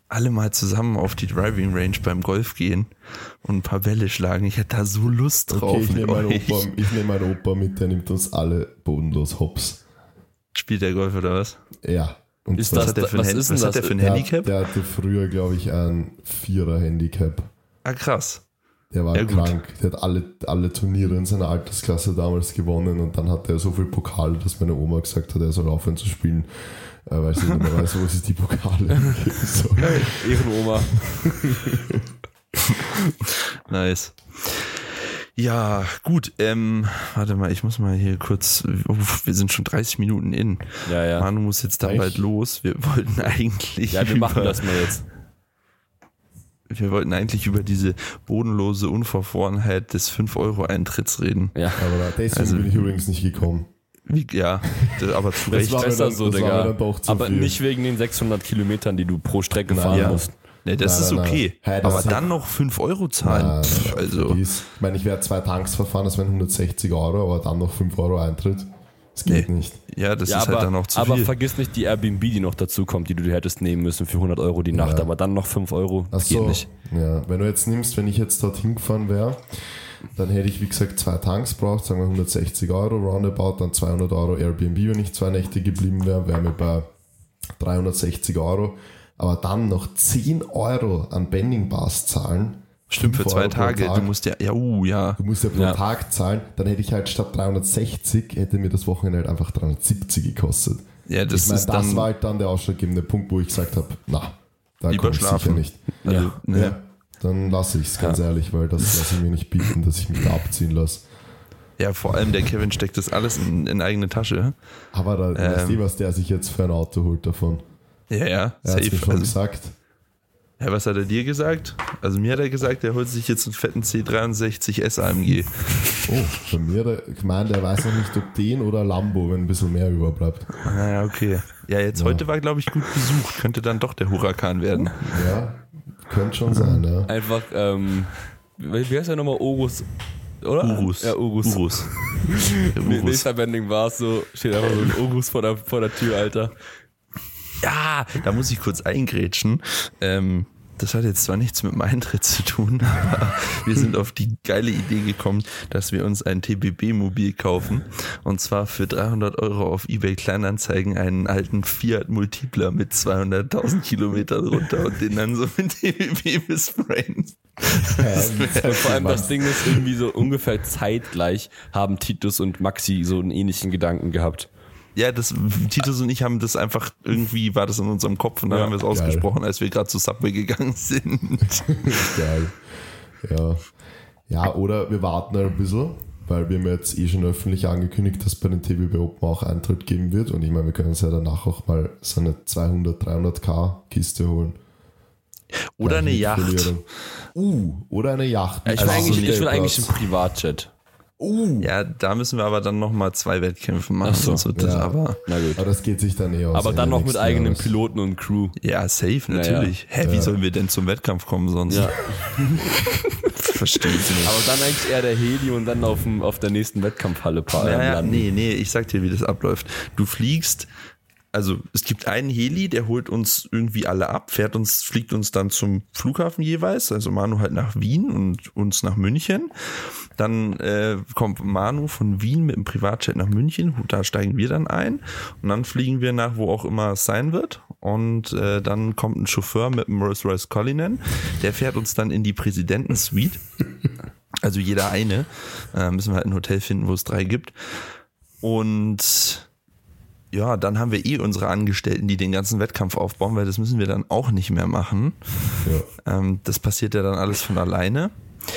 alle mal zusammen auf die Driving Range beim Golf gehen und ein paar Bälle schlagen. Ich hätte da so Lust drauf. Okay, ich nehme meinen euch. Opa, ich nehm meinen Opa mit, der nimmt uns alle bodenlos hops. Spielt der Golf oder was? Ja. Und Ist zwar- das- Was hat der für ein, was Hand- ist denn was hat das? der für ein der, Handicap? der hatte früher, glaube ich, ein Vierer-Handicap. Ah, krass. Der war Ja, gut. krank. Der hat alle, alle Turniere in seiner Altersklasse damals gewonnen und dann hatte er so viel Pokale, dass meine Oma gesagt hat, er soll aufhören zu spielen, äh, weil sie nicht mehr weiß, wo sie die Pokale geben soll. Ehrenoma. Nice. Ja, gut. Ähm, warte mal, ich muss mal hier kurz. Uff, wir sind schon dreißig Minuten in. Ja, ja. Manu muss jetzt dann Echt? bald los. Wir wollten eigentlich. Ja, wir machen über, das mal jetzt. Wir wollten eigentlich über diese bodenlose Unverfrorenheit des fünf Euro Eintritts reden. Ja. Aber deswegen Also- bin ich übrigens nicht gekommen. Wie, ja, das, aber zu Das Recht. war mir Besser dann- so, das war mir Digga. dann doch zu Aber viel. nicht wegen den sechshundert Kilometern, die du pro Strecke Nein, fahren ja. musst. Nee, das Nein, ist nein, nein. okay. Hey, das aber ist halt- dann noch fünf Euro zahlen. Äh, Pff, also, dies. Ich meine, ich werde zwei Tanks verfahren, das wären hundertsechzig Euro, aber dann noch fünf Euro Eintritt. Das geht Nee. nicht. ja, das Ja, ist aber, halt dann auch zu aber viel. vergiss nicht die Airbnb, die noch dazu kommt, die du dir hättest nehmen müssen für hundert Euro die Nacht, Ja. aber dann noch fünf Euro, Ach das geht so, nicht. ja. Wenn du jetzt nimmst, wenn ich jetzt dorthin gefahren wäre, dann hätte ich, wie gesagt, zwei Tanks braucht, sagen wir hundertsechzig Euro roundabout, dann zweihundert Euro Airbnb, wenn ich zwei Nächte geblieben wäre, wären wir bei dreihundertsechzig Euro. Aber dann noch zehn Euro an Bending Bars zahlen. Stimmt, für fünf zwei Euro pro Tage. Tag. Du musst ja, ja, uh, ja. Du musst ja pro Ja. Tag zahlen, dann hätte ich halt statt dreihundertsechzig, hätte mir das Wochenende halt einfach dreihundertsiebzig gekostet. Ja, das ich meine, ist das dann war halt dann der ausschlaggebende Punkt, wo ich gesagt habe, na, da Lieber komme ich sicher schlafen. nicht. Also, Ja. ne. Ja, dann lasse ich es, ganz ehrlich, weil das lasse ich mir nicht bieten, dass ich mich da abziehen lasse. Ja, vor allem der Kevin steckt das alles in, in eigene Tasche. Aber da Ähm. weißt du, was der sich jetzt für ein Auto holt davon. Ja, ja, Er hat mir safe. schon Also, gesagt. ja, was hat er dir gesagt? Also mir hat er gesagt, er holt sich jetzt einen fetten C dreiundsechzig S A M G. Oh, von mir, der, ich meine, der weiß noch nicht, ob den oder Lambo, wenn ein bisschen mehr überbleibt. Naja, okay. Ja, jetzt heute war, glaube ich, gut besucht. Könnte dann doch der Huracan werden. Ja, könnte schon sein, ja. Einfach, ähm, wie wie heißt der nochmal? Urus, oder? Urus. Ja, Urus. Urus. Der Nee, Urus. nächster Bending war es so, steht einfach so ein Urus vor der, vor der Tür, Alter. Ja, da muss ich kurz eingrätschen. Ähm, das hat jetzt zwar nichts mit dem Eintritt zu tun, aber wir sind auf die geile Idee gekommen, dass wir uns ein T B B-Mobil kaufen. Und zwar für dreihundert Euro auf eBay Kleinanzeigen einen alten Fiat Multipla mit zweihunderttausend Kilometern runter und den dann so mit T B B besprayen. Hä, Vor allem das Ding ist irgendwie so ungefähr zeitgleich haben Titus und Maxi so einen ähnlichen Gedanken gehabt. Ja, das, Titus und ich haben das einfach, irgendwie war das in unserem Kopf und dann Ja, haben wir es geil. ausgesprochen, als wir gerade zu Subway gegangen sind. Geil. Ja. Ja, oder wir warten ein bisschen, weil wir haben jetzt eh schon öffentlich angekündigt, dass bei den T B B Open auch Eintritt geben wird. Und ich meine, wir können uns ja danach auch mal so eine zweihundert, dreihundert K Kiste holen. Oder eine Gleich Yacht. mit Verlierung. Uh, oder eine Yacht. Ja, ich, Also will eigentlich, so ich will Stellplatz. eigentlich einen Privatjet. Uh. Ja, da müssen wir aber dann nochmal zwei Wettkämpfe machen. Ach so, und so. Das, ja. aber Na gut. Aber das geht sich dann eh aus. Aber dann Ende noch mit nächsten eigenem Jahres. Piloten und Crew. ja, safe, natürlich. Hä, wie Ja. sollen wir denn zum Wettkampf kommen sonst? Ja. Verstehe ich nicht. Aber dann eigentlich eher der Heli und dann auf, dem, auf der nächsten Wettkampfhalle pa- Ja, ja, landen. nee, nee, ich sag dir, wie das abläuft. Du fliegst, also es gibt einen Heli, der holt uns irgendwie alle ab, fährt uns, fliegt uns dann zum Flughafen jeweils, also Manu halt nach Wien und uns nach München. Dann äh, kommt Manu von Wien mit dem Privatjet nach München, da steigen wir dann ein und dann fliegen wir nach wo auch immer es sein wird und äh, dann kommt ein Chauffeur mit dem Rolls-Royce Cullinan, der fährt uns dann in die Präsidentensuite, also jeder eine, äh, müssen wir halt ein Hotel finden, wo es drei gibt und ja, dann haben wir eh unsere Angestellten, die den ganzen Wettkampf aufbauen, weil das müssen wir dann auch nicht mehr machen. Ja. Ähm, das passiert ja dann alles von alleine.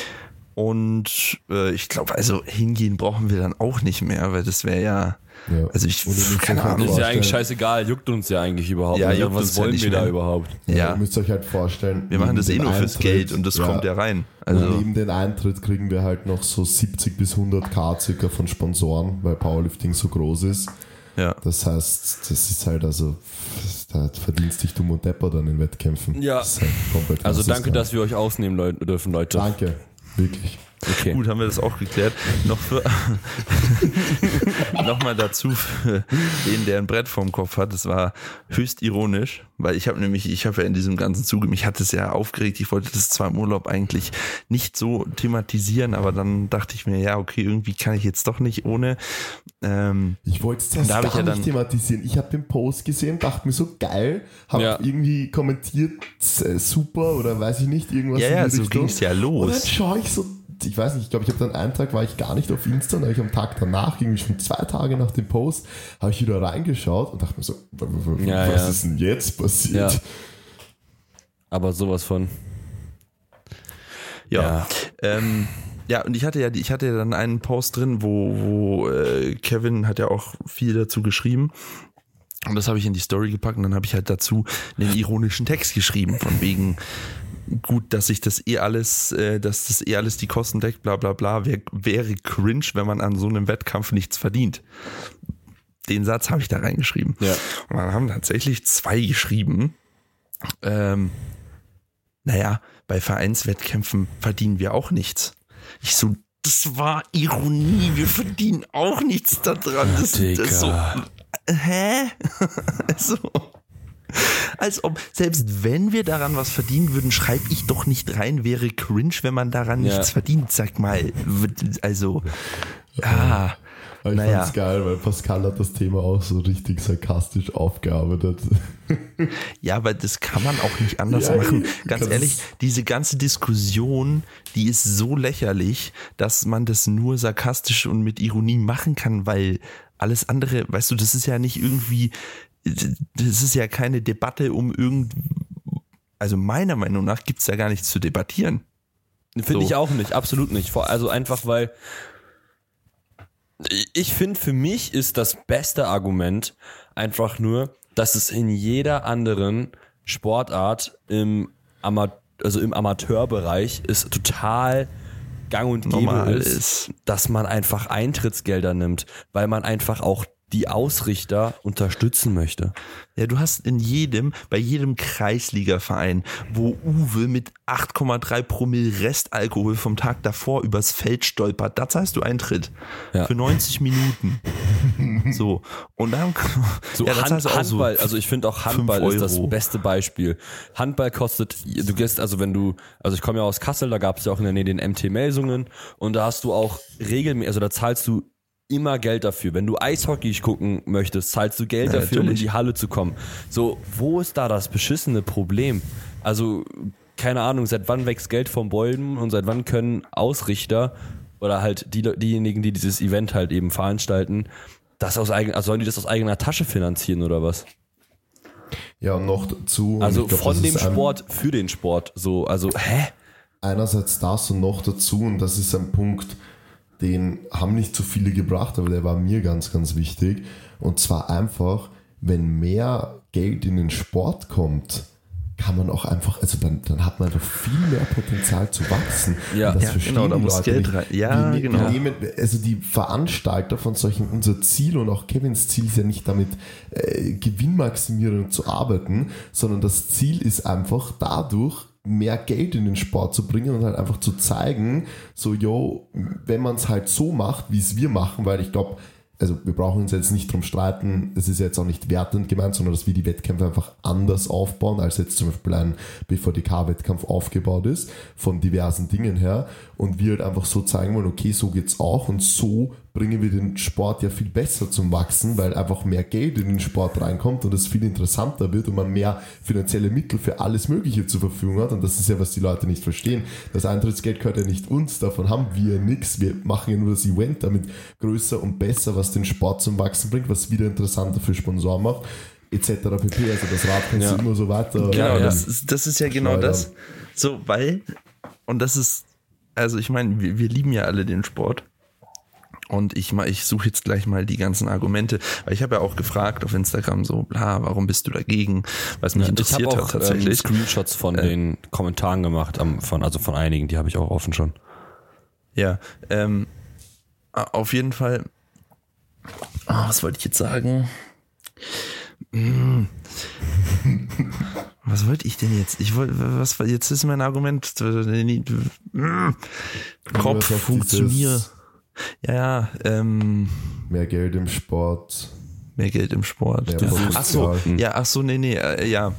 Und äh, ich glaube, also hingehen brauchen wir dann auch nicht mehr, weil das wäre ja, Ja. also ich, Und ihr müsst keine euch halt Ahnung. Das ist ja vorstellen- eigentlich scheißegal, juckt uns ja eigentlich überhaupt Ja, nicht. juckt Was uns ja wollen nicht wir da mehr. überhaupt? Ja, Ja. Ihr müsst euch halt vorstellen, Wir machen das eh neben nur dem fürs Eintritt- Geld und das kommt ja rein. Also Also neben den Eintritt kriegen wir halt noch so siebzig bis hundert K circa von Sponsoren, weil Powerlifting so groß ist. ja. Das heißt, das ist halt also, da verdienst dich dumm und depper dann in Wettkämpfen. Ja. Das ist halt komplett Also geisteskrank. danke, dass wir euch ausnehmen Leute, dürfen, Leute. Danke, wirklich. Okay. Gut, haben wir das auch geklärt. Noch für nochmal dazu für den, der ein Brett vorm Kopf hat. Das war höchst ironisch, weil ich habe nämlich, ich habe ja in diesem ganzen Zuge, mich hat es ja aufgeregt. Ich wollte das zwar im Urlaub eigentlich nicht so thematisieren, aber dann dachte ich mir, ja, okay, irgendwie kann ich jetzt doch nicht ohne. Ähm, ich wollte es da gar ich ja nicht dann, thematisieren. Ich habe den Post gesehen, dachte mir so geil, habe Ja. irgendwie kommentiert, äh, super oder weiß ich nicht, irgendwas. Ja, in ja, die so Richtung. ging's ja Und dann los. schaue ich so, ich weiß nicht, ich glaube, ich habe dann einen Tag, war ich gar nicht auf Insta, dann habe ich am Tag danach, irgendwie schon zwei Tage nach dem Post, habe ich wieder reingeschaut und dachte mir so, w- w- Ja, was ja. ist denn jetzt passiert? Ja. Aber sowas von. Ja. Ja. Ähm, ja, und ich hatte ja, ich hatte ja dann einen Post drin, wo, wo äh, Kevin hat ja auch viel dazu geschrieben. Und das habe ich in die Story gepackt und dann habe ich halt dazu einen ironischen Text geschrieben, von wegen gut, dass sich das eh alles, äh, dass das eh alles die Kosten deckt, bla bla bla, wär, wäre cringe, wenn man an so einem Wettkampf nichts verdient. Den Satz habe ich da reingeschrieben. Ja. Und dann haben tatsächlich zwei geschrieben, ähm, naja, bei Vereinswettkämpfen verdienen wir auch nichts. Ich so, das war Ironie, wir verdienen auch nichts daran. Das, das ist so, hä? Also, als ob, selbst wenn wir daran was verdienen würden, schreibe ich doch nicht rein, wäre cringe, wenn man daran Ja. nichts verdient. Sag mal, also, ah, Aber ich naja. fand's geil, weil Pascal hat das Thema auch so richtig sarkastisch aufgearbeitet. Ja, aber das kann man auch nicht anders Ja, machen. du Ganz kannst- ehrlich, diese ganze Diskussion, die ist so lächerlich, dass man das nur sarkastisch und mit Ironie machen kann, weil alles andere, weißt du, das ist ja nicht irgendwie, das ist ja keine Debatte um irgend, also meiner Meinung nach gibt's ja gar nichts zu debattieren. Finde So. ich auch nicht, absolut nicht. Vor- Also einfach, weil ich finde, für mich ist das beste Argument einfach nur, dass es in jeder anderen Sportart im, Ama- also im Amateurbereich ist total gang und gäbe Normal ist, ist. dass man einfach Eintrittsgelder nimmt, weil man einfach auch die Ausrichter unterstützen möchte. Ja, du hast in jedem, bei jedem Kreisligaverein, wo Uwe mit acht Komma drei Promille Restalkohol vom Tag davor übers Feld stolpert, da zahlst du Eintritt. Ja. Für neunzig Minuten. So. Und dann, So ja, da Hand, zahlst du auch Handball, so also ich finde auch Handball fünf ist das Euro. beste Beispiel. Handball kostet, du gehst, also wenn du, also ich komme ja aus Kassel, da gab es ja auch in der Nähe den M T Melsungen und da hast du auch regelmäßig, also da zahlst du immer Geld dafür. Wenn du Eishockey gucken möchtest, zahlst du Geld Ja, dafür, um in natürlich. die Halle zu kommen. So, wo ist da das beschissene Problem? Also, keine Ahnung, seit wann wächst Geld vom Bäumen und seit wann können Ausrichter oder halt die, diejenigen, die dieses Event halt eben veranstalten, das aus eigen, also sollen die das aus eigener Tasche finanzieren oder was? Ja, und noch dazu. und Also ich glaub, von das dem ist ein- Sport für den Sport. So, also, hä? Einerseits das und noch dazu, und das ist ein Punkt, den haben nicht so viele gebracht, aber der war mir ganz, ganz wichtig. Und zwar einfach, wenn mehr Geld in den Sport kommt, kann man auch einfach, also dann, dann hat man einfach viel mehr Potenzial zu wachsen. Ja. Und das Ja, verstehen genau, da die muss Leute Geld nicht. rein. Ja, wir, ne- genau. Wir nehmen, also die Veranstalter von solchen, unser Ziel und auch Kevins Ziel ist ja nicht damit, äh, gewinnmaximierend zu arbeiten, sondern das Ziel ist einfach dadurch, mehr Geld in den Sport zu bringen und halt einfach zu zeigen, so, yo, wenn man es halt so macht, wie es wir machen, weil ich glaube, also wir brauchen uns jetzt nicht drum streiten, es ist jetzt auch nicht wertend gemeint, sondern dass wir die Wettkämpfe einfach anders aufbauen, als jetzt zum Beispiel ein B V D K-Wettkampf aufgebaut ist, von diversen Dingen her, und wir halt einfach so zeigen wollen, okay, so geht's auch und so bringen wir den Sport ja viel besser zum Wachsen, weil einfach mehr Geld in den Sport reinkommt und es viel interessanter wird und man mehr finanzielle Mittel für alles Mögliche zur Verfügung hat, und das ist ja, was die Leute nicht verstehen. Das Eintrittsgeld gehört ja nicht uns, davon haben wir nichts, wir machen ja nur das Event damit größer und besser, was den Sport zum Wachsen bringt, was wieder interessanter für Sponsoren macht, et cetera pp. Also das Rad kannst Ja. du immer so weiter. Genau, Ja, ja. Das, ist, das ist ja genau Schneidern. das. So, weil, und das ist, also ich meine, wir, wir lieben ja alle den Sport. Und ich, mal- ich suche jetzt gleich mal die ganzen Argumente, weil ich habe ja auch gefragt auf Instagram so, bla, warum bist du dagegen? Was mich Ich interessiert habe hat auch ähm, tatsächlich. Screenshots von Äh. den Kommentaren gemacht, am- von, also von einigen, die habe ich auch offen schon. Ja, ähm, auf jeden Fall, ah, was wollte ich jetzt sagen? Hm. Was wollte ich denn jetzt? Ich wollte, was war, jetzt ist mein Argument, Kopf funktioniert. Ja, ja, ähm. Mehr Geld im Sport. Mehr Geld im Sport. Mehr Ach so, ja, ach so, nee, nee, äh, ja.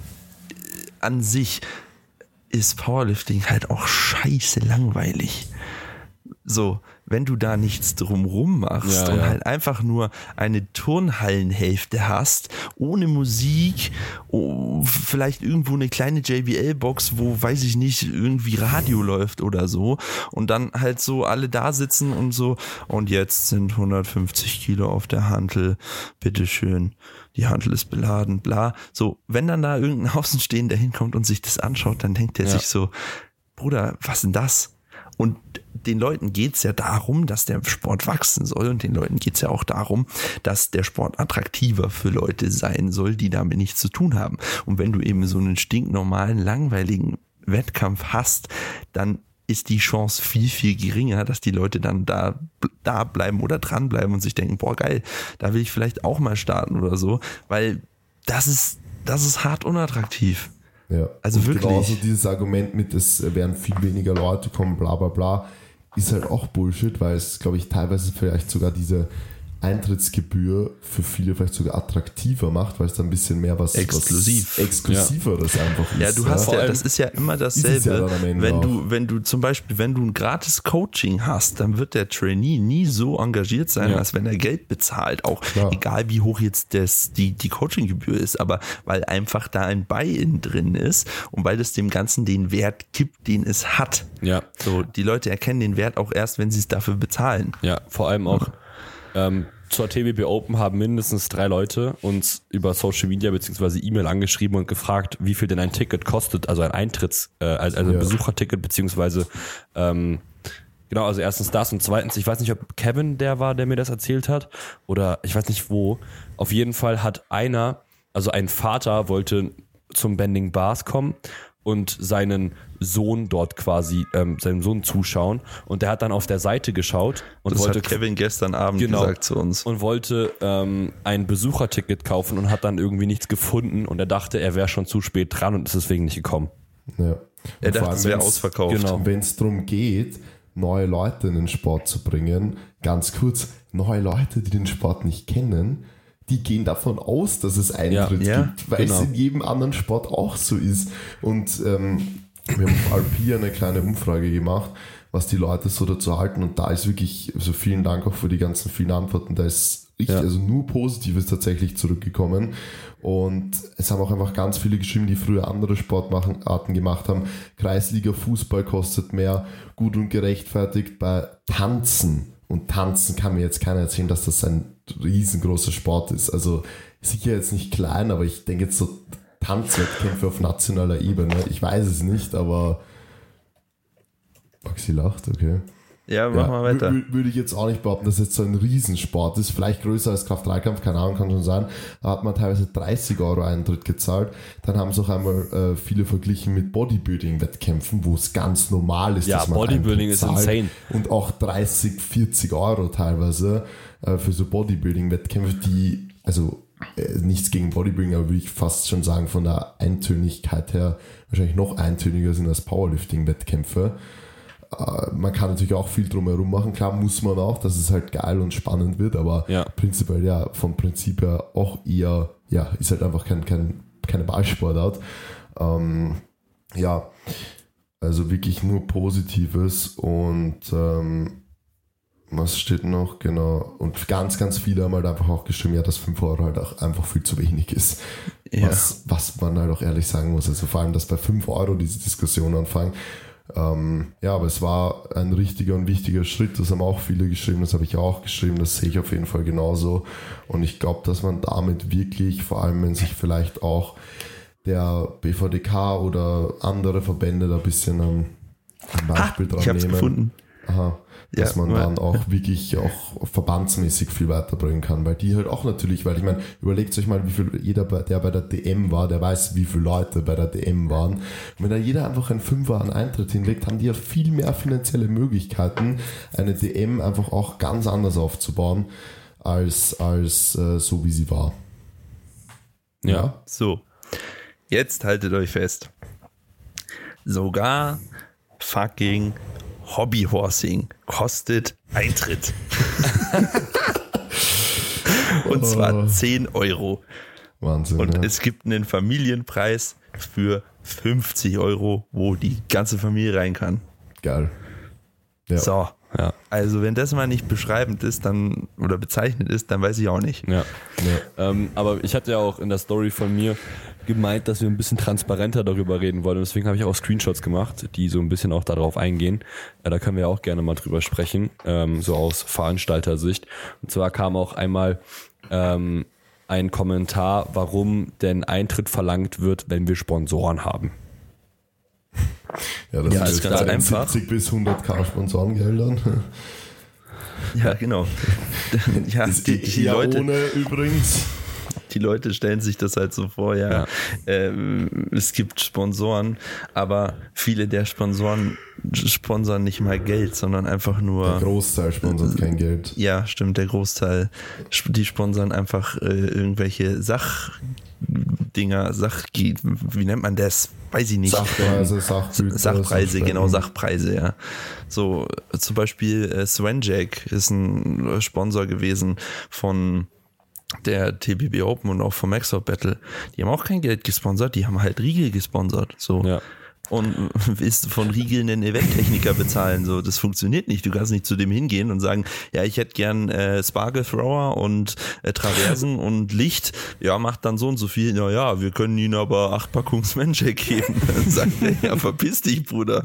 An sich ist Powerlifting halt auch scheiße langweilig. So, wenn du da nichts drumrum machst ja, und ja. halt einfach nur eine Turnhallenhälfte hast, ohne Musik, oh, vielleicht irgendwo eine kleine J B L-Box, wo, weiß ich nicht, irgendwie Radio läuft oder so und dann halt so alle da sitzen und so, und jetzt sind hundertfünfzig Kilo auf der Hantel, bitteschön, die Hantel ist beladen, bla. So, wenn dann da irgendein Außenstehender hinkommt und sich das anschaut, dann denkt er Ja. sich so, Bruder, was denn das? Und den Leuten geht's ja darum, dass der Sport wachsen soll, und den Leuten geht's ja auch darum, dass der Sport attraktiver für Leute sein soll, die damit nichts zu tun haben. Und wenn du eben so einen stinknormalen, langweiligen Wettkampf hast, dann ist die Chance viel, viel geringer, dass die Leute dann da, da bleiben oder dranbleiben und sich denken, boah geil, da will ich vielleicht auch mal starten oder so, weil das ist, das ist hart unattraktiv. Ja. Also und wirklich. genauso dieses Argument mit, es werden viel weniger Leute kommen, bla bla bla, ist halt auch Bullshit, weil es, glaube ich, teilweise vielleicht sogar diese Eintrittsgebühr für viele vielleicht sogar attraktiver macht, weil es da ein bisschen mehr was, Exklusiv. was Exklusiveres ja. einfach ist. Ja, du hast ja, ja, das ist ja immer dasselbe, ja dann am Ende wenn auch. du, wenn du zum Beispiel, wenn du ein gratis Coaching hast, dann wird der Trainee nie so engagiert sein, Ja. als wenn er Geld bezahlt, auch Klar. egal wie hoch jetzt das, die, die Coachinggebühr ist, aber weil einfach da ein Buy-in drin ist und weil es dem Ganzen den Wert gibt, den es hat. Ja. So, die Leute erkennen den Wert auch erst, wenn sie es dafür bezahlen. Ja, vor allem auch ähm, zur T B B Open haben mindestens drei Leute uns über Social Media bzw. E-Mail angeschrieben und gefragt, wie viel denn ein Ticket kostet, also ein Eintritts, äh, also ein Ja. Besucherticket beziehungsweise ähm, genau, also erstens das und zweitens, ich weiß nicht, ob Kevin der war, der mir das erzählt hat oder ich weiß nicht wo. Auf jeden Fall hat einer, also ein Vater wollte zum Bending Bars kommen und seinen Sohn dort quasi, ähm, seinem Sohn zuschauen, und der hat dann auf der Seite geschaut und Das wollte hat Kevin gestern Abend Genau. gesagt zu uns. und wollte ähm, ein Besucherticket kaufen und hat dann irgendwie nichts gefunden und er dachte, er wäre schon zu spät dran und ist deswegen nicht gekommen. Ja. Er Und vor dachte, allem, es wäre wenn's- ausverkauft. Genau. Wenn es darum geht, neue Leute in den Sport zu bringen, ganz kurz, neue Leute, die den Sport nicht kennen, die gehen davon aus, dass es Eintritt Ja, ja, gibt, weil genau. es in jedem anderen Sport auch so ist. Und ähm, wir haben auf Alpia eine kleine Umfrage gemacht, was die Leute so dazu halten, und da ist wirklich, also vielen Dank auch für die ganzen vielen Antworten, da ist richtig, Ja. also nur Positives tatsächlich zurückgekommen. Und es haben auch einfach ganz viele geschrieben, die früher andere Sportarten gemacht haben. Kreisliga Fußball kostet mehr, gut und gerechtfertigt bei Tanzen. Und Tanzen kann mir jetzt keiner erzählen, dass das ein riesengroßer Sport ist. Also sicher jetzt nicht klein, aber ich denke jetzt so Tanzwettkämpfe auf nationaler Ebene. Ich weiß es nicht, aber Maxi lacht, okay. Ja, mach mal weiter. wür- Würde ich jetzt auch nicht behaupten, dass jetzt so ein Riesensport ist. Vielleicht größer als Kraft-drei-Kampf, keine Ahnung, kann schon sein. Da hat man teilweise dreißig Euro Eintritt gezahlt. Dann haben es auch einmal äh, viele verglichen mit Bodybuilding-Wettkämpfen, wo es ganz normal ist, Ja, dass man Bodybuilding Eintritt ist zahlt. insane. Und auch dreißig, vierzig Euro teilweise äh, für so Bodybuilding-Wettkämpfe, die, also äh, nichts gegen Bodybuilding, aber würde ich fast schon sagen, von der Eintönigkeit her wahrscheinlich noch eintöniger sind als Powerlifting-Wettkämpfe. Man kann natürlich auch viel drumherum machen, klar muss man auch, dass es halt geil und spannend wird, aber Ja. prinzipiell ja, vom Prinzip her auch eher, ja, ist halt einfach kein, kein, keine Ballsportart. Ähm, ja, also wirklich nur Positives und ähm, was steht noch? Genau, und ganz, ganz viele haben halt einfach auch geschrieben, ja, dass fünf Euro halt auch einfach viel zu wenig ist. Ja. Was, was man halt auch ehrlich sagen muss, also vor allem, dass bei fünf Euro diese Diskussion anfangen. Ähm, ja, aber es war ein richtiger und wichtiger Schritt, das haben auch viele geschrieben, das habe ich auch geschrieben, das sehe ich auf jeden Fall genauso, und ich glaube, dass man damit wirklich, vor allem wenn sich vielleicht auch der B V D K oder andere Verbände da ein bisschen ein, ein Beispiel Ha, dran ich hab's nehmen, gefunden. Aha, dass Ja, man weil- dann auch wirklich auch verbandsmäßig viel weiterbringen kann, weil die halt auch natürlich, weil ich meine, überlegt euch mal, wie viel jeder, bei- der bei der D M war, der weiß, wie viele Leute bei der D M waren. Und wenn da jeder einfach einen Fünfer an Eintritt hinlegt, haben die ja viel mehr finanzielle Möglichkeiten, eine D M einfach auch ganz anders aufzubauen, als, als äh, so wie sie war. Ja. So. jetzt haltet euch fest. Sogar fucking Hobbyhorsing kostet Eintritt. Und zwar zehn Euro. Wahnsinn. Und ja. es gibt einen Familienpreis für fünfzig Euro, wo die ganze Familie rein kann. Geil. Ja. So. Ja. Also wenn das mal nicht beschreibend ist, dann oder bezeichnet ist, dann weiß ich auch nicht. Ja. ja. Ähm, aber ich hatte ja auch in der Story von mir gemeint, dass wir ein bisschen transparenter darüber reden wollen. Und deswegen habe ich auch Screenshots gemacht, die so ein bisschen auch darauf eingehen. Ja, da können wir ja auch gerne mal drüber sprechen, ähm, so aus Veranstaltersicht. Und zwar kam auch einmal ähm, ein Kommentar, warum denn Eintritt verlangt wird, wenn wir Sponsoren haben. Ja, das Ja, ist ist ganz einfach. siebzig bis hunderttausend Sponsorengeldern. Ja, genau. Ja, Ist die, die, ja Leute, ohne übrigens. die Leute stellen sich das halt so vor, ja, Ja. ähm, es gibt Sponsoren, aber viele der Sponsoren sponsern nicht mal Geld, sondern einfach Der nur, Großteil sponsert kein Geld. ja, stimmt, der Großteil, die sponsern einfach äh, irgendwelche Sachdinger, Sach, wie nennt man das? Weiß ich nicht. Sachpreise, Sachgüter, Sachpreise, Sachspenden. genau, Sachpreise, ja. So, zum Beispiel äh, Swanjack ist ein Sponsor gewesen von der T B B Open und auch vom Maxout Battle. Die haben auch kein Geld gesponsert, die haben halt Riegel gesponsert, so. Ja. Und willst du von Riegel einen Eventtechniker bezahlen, so, das funktioniert nicht. Du kannst nicht zu dem hingehen und sagen, ja, ich hätte gern äh, Sparkle Thrower und äh, Traversen und Licht. Ja, macht dann so und so viel. Na ja, wir können ihnen aber acht Packungen Swanjack geben. Dann sagt er, ja, verpiss dich, Bruder.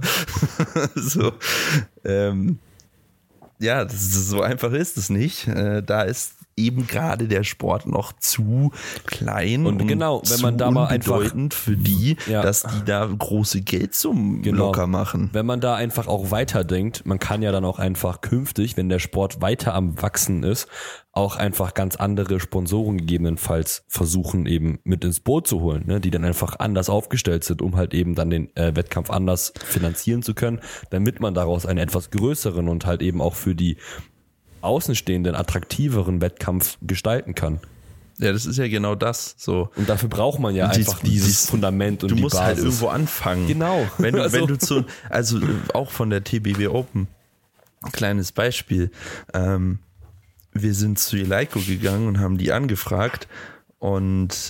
so, ähm, ja, das ist, so einfach ist es nicht. Äh, da ist eben gerade der Sport noch zu klein Und und genau, wenn zu man da mal einfach- unbedeutend für die, Ja. dass die da große Geldsummen Genau. locker machen. Wenn man da einfach auch weiterdenkt, man kann ja dann auch einfach künftig, wenn der Sport weiter am Wachsen ist, auch einfach ganz andere Sponsoren gegebenenfalls versuchen eben mit ins Boot zu holen, ne, die dann einfach anders aufgestellt sind, um halt eben dann den äh, Wettkampf anders finanzieren zu können, damit man daraus einen etwas größeren und halt eben auch für die außenstehenden attraktiveren Wettkampf gestalten kann. Ja, das ist ja genau das. So. Und dafür braucht man ja Und einfach dies- dieses dies- Fundament und Du die musst Basis. halt irgendwo anfangen. Genau. Wenn du, Also- wenn du zu, also auch von der T B B Open, ein kleines Beispiel. Ähm, wir sind zu Eleiko gegangen und haben die angefragt und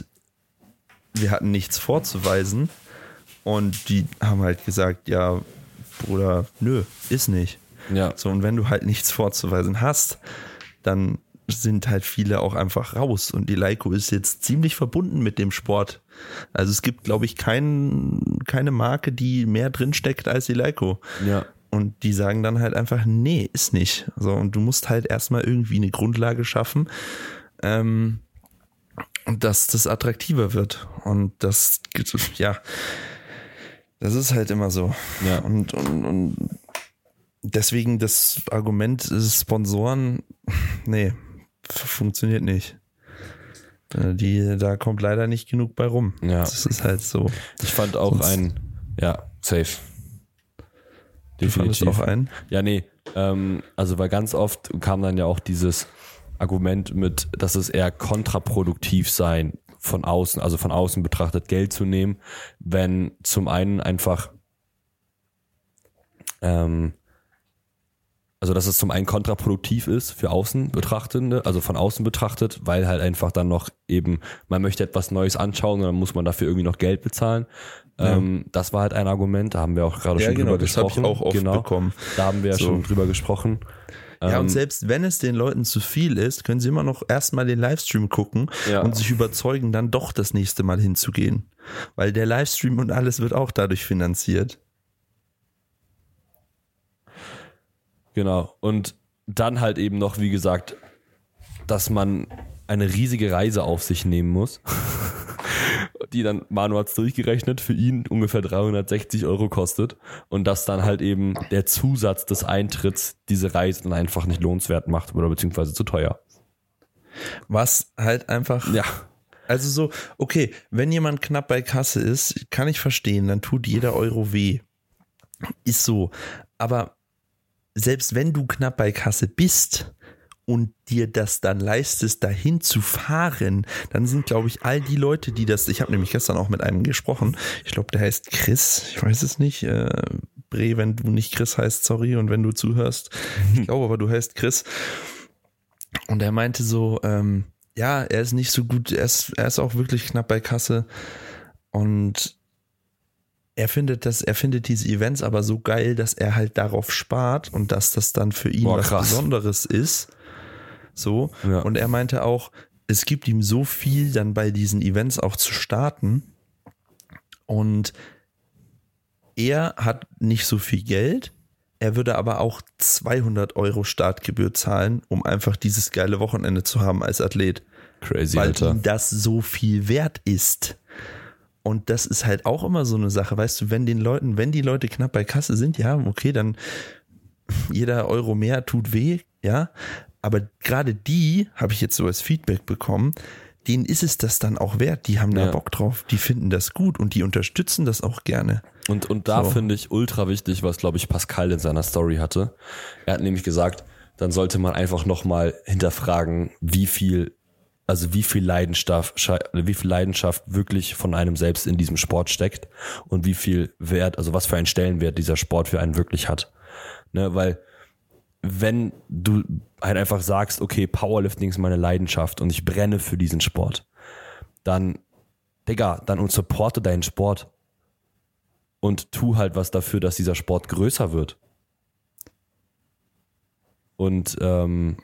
wir hatten nichts vorzuweisen und die haben halt gesagt, ja, Bruder, nö, ist nicht. Ja. So, und wenn du halt nichts vorzuweisen hast, dann sind halt viele auch einfach raus. Und die Eleiko ist jetzt ziemlich verbunden mit dem Sport. Also es gibt, glaube ich, kein, keine Marke, die mehr drinsteckt als die Eleiko. Ja. Und die sagen dann halt einfach, nee, ist nicht. So, und du musst halt erstmal irgendwie eine Grundlage schaffen, ähm, dass das attraktiver wird. Und das, ja, das ist halt immer so. Ja. Und, und, und deswegen das Argument ist Sponsoren, nee, f- funktioniert nicht. Äh, Die, da kommt leider nicht genug bei rum. Ja. Das ist halt so. Ich fand auch Sonst- ein, ja, safe. Du fandest auch ein? Ja, nee, ähm, also weil ganz oft kam dann ja auch dieses Argument mit, dass es eher kontraproduktiv sein, von außen, also von außen betrachtet Geld zu nehmen, wenn zum einen einfach ähm, also dass es zum einen kontraproduktiv ist für Außen betrachtende, also von außen betrachtet, weil halt einfach dann noch eben, man möchte etwas Neues anschauen und dann muss man dafür irgendwie noch Geld bezahlen. Ja. Ähm, das war halt ein Argument, da haben wir auch gerade Ja, schon genau, drüber das habe ich gesprochen. auch oft genau, bekommen. Da haben wir ja So. schon drüber gesprochen. Ja, Ähm, und selbst wenn es den Leuten zu viel ist, können sie immer noch erstmal den Livestream gucken Ja. und sich überzeugen, dann doch das nächste Mal hinzugehen. Weil der Livestream und alles wird auch dadurch finanziert. Genau. Und dann halt eben noch, wie gesagt, dass man eine riesige Reise auf sich nehmen muss, die dann, Manu hat's durchgerechnet, für ihn ungefähr dreihundertsechzig Euro kostet und dass dann halt eben der Zusatz des Eintritts diese Reise dann einfach nicht lohnenswert macht oder beziehungsweise zu teuer. Was halt einfach... Ja. Also so, okay, wenn jemand knapp bei Kasse ist, kann ich verstehen, dann tut jeder Euro weh. Ist so. Aber selbst wenn du knapp bei Kasse bist und dir das dann leistest, dahin zu fahren, dann sind, glaube ich, all die Leute, die das, ich habe nämlich gestern auch mit einem gesprochen, ich glaube, der heißt Chris, ich weiß es nicht, äh, Bre, wenn du nicht Chris heißt, sorry, und wenn du zuhörst, ich glaube aber, du heißt Chris. Und er meinte so, ähm, ja, er ist nicht so gut, er ist, er ist auch wirklich knapp bei Kasse und er findet das, er findet diese Events aber so geil, dass er halt darauf spart und dass das dann für ihn Boah, was krass. Besonderes ist. So. Ja. Und er meinte auch, es gibt ihm so viel dann bei diesen Events auch zu starten und er hat nicht so viel Geld, er würde aber auch zweihundert Euro Startgebühr zahlen, um einfach dieses geile Wochenende zu haben als Athlet. Crazy, Weil Alter. ihm das so viel wert ist. Und das ist halt auch immer so eine Sache, weißt du, wenn den Leuten, wenn die Leute knapp bei Kasse sind, ja, okay, dann jeder Euro mehr tut weh, ja, aber gerade die, habe ich jetzt so als Feedback bekommen, denen ist es das dann auch wert, die haben da Ja. Bock drauf, die finden das gut und die unterstützen das auch gerne. Und, und da So. finde ich ultra wichtig, was, glaube ich, Pascal in seiner Story hatte. Er hat nämlich gesagt, dann sollte man einfach nochmal hinterfragen, wie viel, also wie viel Leidenschaft, sche- wie viel Leidenschaft wirklich von einem selbst in diesem Sport steckt und wie viel Wert, also was für einen Stellenwert dieser Sport für einen wirklich hat. Ne, weil wenn du halt einfach sagst, okay, Powerlifting ist meine Leidenschaft und ich brenne für diesen Sport, dann, Digga, dann und supporte deinen Sport und tu halt was dafür, dass dieser Sport größer wird. Und ähm,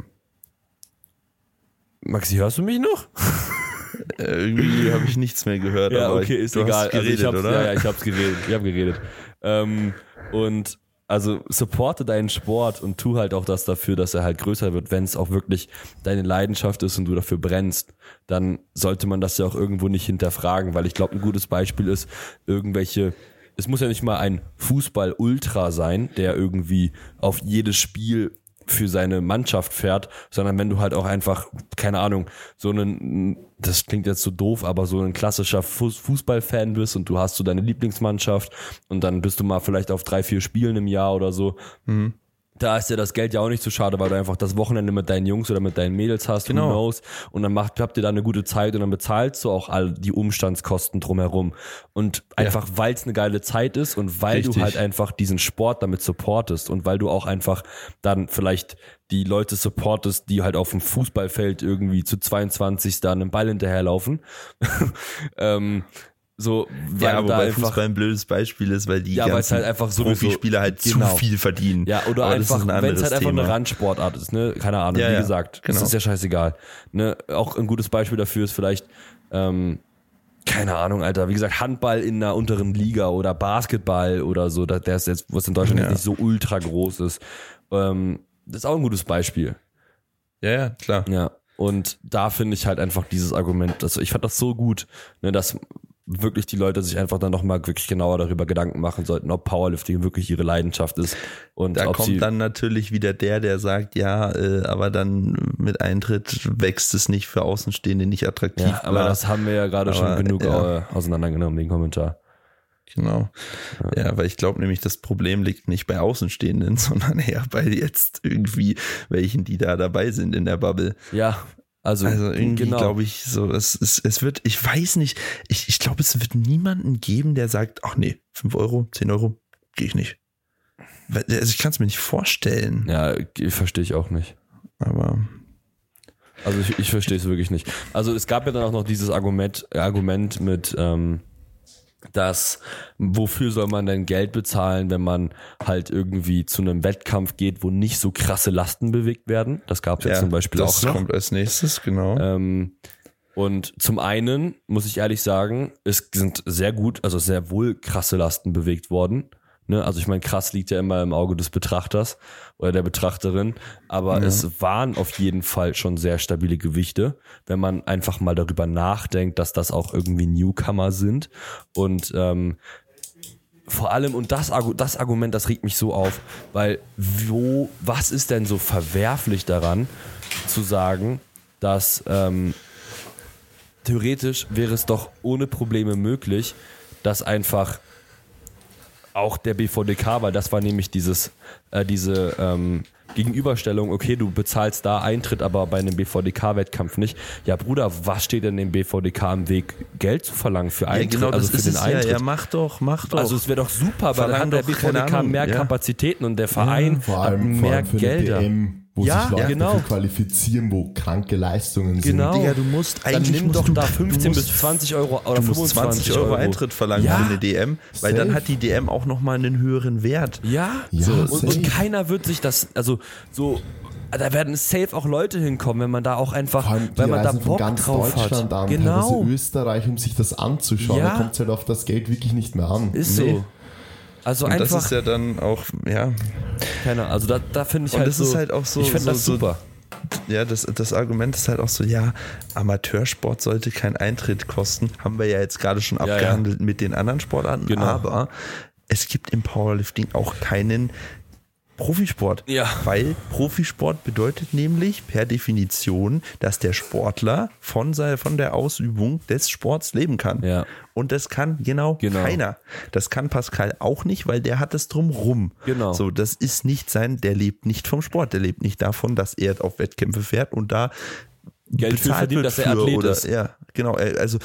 Maxi, hörst du mich noch? Äh, irgendwie habe ich nichts mehr gehört. Ja, aber okay, ist du egal. Hast geredet, also ich hab's, oder? Ja, ja, ich hab's geredet. Ich hab geredet. Ähm, und also supporte deinen Sport und tu halt auch das dafür, dass er halt größer wird. Wenn es auch wirklich deine Leidenschaft ist und du dafür brennst, dann sollte man das ja auch irgendwo nicht hinterfragen, weil ich glaube, ein gutes Beispiel ist irgendwelche, es muss ja nicht mal ein Fußball-Ultra sein, der irgendwie auf jedes Spiel für seine Mannschaft fährt, sondern wenn du halt auch einfach, keine Ahnung, so einen, das klingt jetzt so doof, aber so ein klassischer Fuß- Fußballfan bist und du hast so deine Lieblingsmannschaft und dann bist du mal vielleicht auf drei, vier Spielen im Jahr oder so. Mhm. Da ist ja das Geld ja auch nicht so schade, weil du einfach das Wochenende mit deinen Jungs oder mit deinen Mädels hast, Genau. who knows, und dann macht, habt ihr da eine gute Zeit und dann bezahlst du auch all die Umstandskosten drumherum. Und einfach, ja. weil es eine geile Zeit ist und weil Richtig. du halt einfach diesen Sport damit supportest und weil du auch einfach dann vielleicht die Leute supportest, die halt auf dem Fußballfeld irgendwie zu zweiundzwanzig da einen Ball hinterherlaufen. ähm, So, weil ja, da wobei einfach, Fußball ein blödes Beispiel ist, weil die ja, weil es ganzen halt einfach sowieso, Profispieler halt genau. zu viel verdienen. Ja, oder Aber das einfach, ist ein wenn es halt anderes einfach Thema. eine Randsportart ist, ne, keine Ahnung, Ja, wie ja, gesagt, genau. das ist ja scheißegal. Ne, auch ein gutes Beispiel dafür ist vielleicht, ähm, keine Ahnung, Alter, wie gesagt, Handball in einer unteren Liga oder Basketball oder so, der ist jetzt, was in Deutschland Ja. jetzt nicht so ultra groß ist. Ähm, das ist auch ein gutes Beispiel. Ja, ja, klar. Ja, und da finde ich halt einfach dieses Argument, also ich fand das so gut, ne, dass wirklich die Leute sich einfach dann nochmal wirklich genauer darüber Gedanken machen sollten, ob Powerlifting wirklich ihre Leidenschaft ist. Und Da ob kommt sie, dann natürlich wieder der, der sagt, ja, äh, aber dann mit Eintritt wächst es nicht für Außenstehende nicht attraktiv. ja, aber bla. das haben wir ja gerade schon Aber, genug ja. äh, auseinandergenommen, den Kommentar. Genau. Ja, ja, weil ich glaube nämlich, das Problem liegt nicht bei Außenstehenden, sondern eher bei jetzt irgendwie welchen, die da dabei sind in der Bubble. Ja, also, Also irgendwie genau. glaube ich so, es, es, es wird, ich weiß nicht, ich, ich glaube, es wird niemanden geben, der sagt, ach nee, fünf Euro, zehn Euro, gehe ich nicht. Weil- Also ich kann es mir nicht vorstellen, Ja, verstehe ich auch nicht. aber Also ich, ich verstehe es wirklich nicht. Also es gab ja dann auch noch dieses Argument, Argument mit, ähm, dass wofür soll man denn Geld bezahlen, wenn man halt irgendwie zu einem Wettkampf geht, wo nicht so krasse Lasten bewegt werden. Das gab es jetzt ja, zum Beispiel das auch noch. kommt als nächstes, genau. Ähm, und zum einen muss ich ehrlich sagen, es sind sehr gut, also sehr wohl krasse Lasten bewegt worden. Ne? Also ich meine, krass liegt ja immer im Auge des Betrachters oder der Betrachterin, aber Ja. es waren auf jeden Fall schon sehr stabile Gewichte, wenn man einfach mal darüber nachdenkt, dass das auch irgendwie Newcomer sind und ähm, vor allem, und das, Argu- das Argument, das regt mich so auf, weil wo, was ist denn so verwerflich daran, zu sagen, dass ähm, theoretisch wäre es doch ohne Probleme möglich, dass einfach auch der B V D K, weil das war nämlich dieses, äh, diese ähm, Gegenüberstellung, okay, du bezahlst da Eintritt, aber bei einem B V D K-Wettkampf nicht. Ja, Bruder, was steht denn dem B V D K im Weg, Geld zu verlangen für Eintritt, ja, genau, also das für ist den es Eintritt? Ja, ja, mach doch, mach doch. Also es wäre doch super, weil Verlang dann hat der doch, B V D K keine Ahnung, mehr ja. Kapazitäten und der Verein Vor hat allem, vor mehr allem für Gelder. eine D M, wo Ja, sich Leute ja, genau. dafür qualifizieren, wo kranke Leistungen Genau. sind. Digga, du musst Dann eigentlich nimm musst doch du, da du fünfzehn musst, bis zwanzig Euro oder du musst fünfundzwanzig zwanzig Euro Eintritt verlangen Ja. für eine D M, weil Safe. dann hat die D M auch nochmal einen höheren Wert. Ja, Ja, so. safe. und, und keiner wird sich das, also so, da werden safe auch Leute hinkommen, wenn man da auch einfach, Vor allem, die weil man da reisen von Bock ganz drauf Deutschland hat. an, Genau, teilweise Österreich, um sich das anzuschauen. Ja. Da kommt es halt auf das Geld wirklich nicht mehr an. ist Nee. so. Also Und einfach, das ist ja dann auch, ja, keine Ahnung, also da, da finde ich und halt das so, ist halt auch so, ich finde so, das so super. Ja, das, das Argument ist halt auch so, ja, Amateursport sollte keinen Eintritt kosten. Haben wir ja jetzt gerade schon Ja, abgehandelt mit den anderen Sportarten. Genau. Aber es gibt im Powerlifting auch keinen Profisport. Ja. Weil Profisport bedeutet nämlich per Definition, dass der Sportler von, seiner, von der Ausübung des Sports leben kann. Ja. Und das kann genau, Genau. keiner. Das kann Pascal auch nicht, weil der hat es drumrum. Genau. So, das ist nicht sein, der lebt nicht vom Sport, der lebt nicht davon, dass er auf Wettkämpfe fährt und da Geld für bezahlt verdient, wird dass er für Athlet oder, ist. Ja, genau. äh, Also,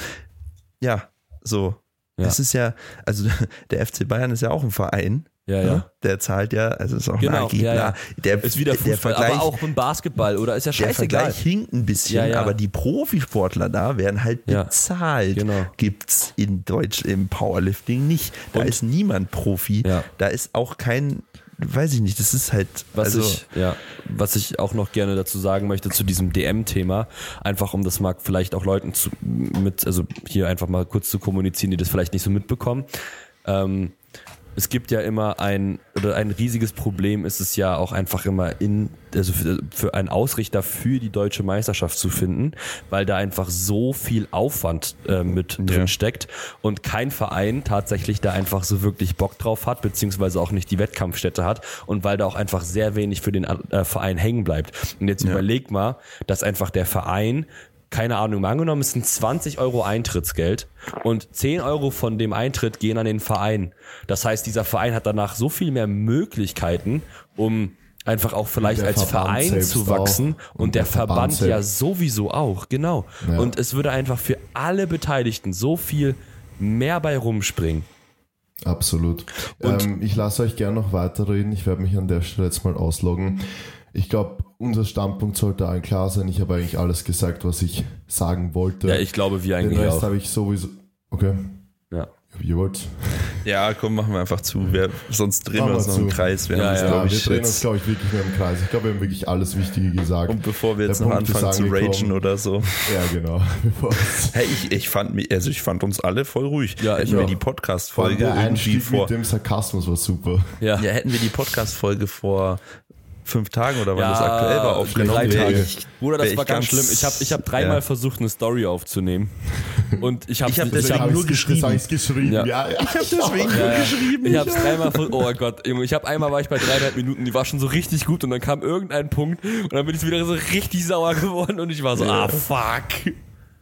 ja, so. Ja. Das ist ja, also der F C Bayern ist ja auch ein Verein. Ja, ne? ja. Der zahlt ja, also ist auch Genau, ein ja, ja. klar. Der, Ist wieder der Fußball, Vergleich, aber auch im Basketball, oder ist ja der scheißegal. Vergleich hinkt ein bisschen, Ja, ja. aber die Profisportler da werden halt Ja, bezahlt. genau. Gibt's in Deutsch im Powerlifting nicht. Da Und- ist niemand Profi. Ja. Da ist auch kein, weiß ich nicht, das ist halt, Was, also, ich, ja, was ich auch noch gerne dazu sagen möchte zu diesem D M-Thema, einfach um das mal vielleicht auch Leuten zu, mit, also hier einfach mal kurz zu kommunizieren, die das vielleicht nicht so mitbekommen. Ähm, es gibt ja immer ein, oder ein riesiges Problem ist es ja auch einfach immer in, also für, für einen Ausrichter für die deutsche Meisterschaft zu finden, weil da einfach so viel Aufwand äh, mit drin Ja. steckt und kein Verein tatsächlich da einfach so wirklich Bock drauf hat, beziehungsweise auch nicht die Wettkampfstätte hat und weil da auch einfach sehr wenig für den äh, Verein hängen bleibt. Und jetzt Ja. überleg mal, dass einfach der Verein, keine Ahnung, mal angenommen, es sind zwanzig Euro Eintrittsgeld und zehn Euro von dem Eintritt gehen an den Verein. Das heißt, dieser Verein hat danach so viel mehr Möglichkeiten, um einfach auch vielleicht Der als Verband Verein selbst zu wachsen auch. und, Und der, der Verband Verband, ja selbst. sowieso auch, genau. Ja. Und es würde einfach für alle Beteiligten so viel mehr bei rumspringen. Absolut. Und- ähm, ich lasse euch gerne noch weiterreden. Ich werde mich an der Stelle jetzt mal ausloggen. Ich glaube, unser Standpunkt sollte allen klar sein. Ich habe eigentlich alles gesagt, was ich sagen wollte. Ja, ich glaube, wir Den eigentlich Rest auch. habe ich sowieso... Okay, Ja. wie ihr wollt. ja, komm, machen wir einfach zu. Wir, sonst drehen Machen wir uns wir noch im zu. Kreis. Wir Ja, haben das, ja, Ja, glaub wir ich, drehen uns, jetzt. glaube ich, wirklich nur im Kreis. Ich glaube, wir haben wirklich alles Wichtige gesagt. Und bevor wir jetzt Der noch Punkt ist anfangen zu angekommen. ragen oder so. Ja, genau. Bevor es- Hey, ich, ich fand mich, also ich fand uns alle voll ruhig. Ja, hätten ich wir auch. die Vor allem Podcast-Folge der irgendwie Einstieg vor. mit dem Sarkasmus war super. Ja. Ja, hätten wir die Podcast-Folge vor fünf Tagen oder wann Ja, das aktuell war aufgenommen. drei wäre Tage. ich- Bruder, das wär war ich ganz schlimm. ganz- Ich habe ich hab dreimal ja. versucht, eine Story aufzunehmen. Und ich habe Ich hab ich deswegen hab, nur ich's- geschrieben. Das habe ich geschrieben. Ja. Ja, ja. Ich habe deswegen nur geschrieben. ich hab's dreimal ver- Oh Gott, Junge, ich habe einmal war ich bei dreieinhalb Minuten, die war schon so richtig gut und dann kam irgendein Punkt und dann bin ich wieder so richtig sauer geworden und ich war so, Ja. ah fuck.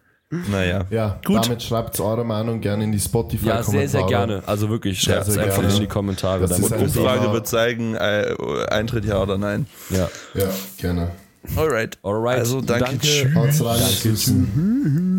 Naja. Ja, Gut. damit schreibt eure Meinung gerne in die Ja, Spotify-Kommentare. sehr, sehr gerne. Also wirklich, schreibt es sehr einfach gerne. in die Kommentare. Das Da ist muss- ein- Umfrage Thema- wird zeigen, äh, Eintritt ja oder nein. ja. Ja, gerne. Alright. Alright. Also danke. Danke. Tschüss. Haut's rein. Danke. Tschüss.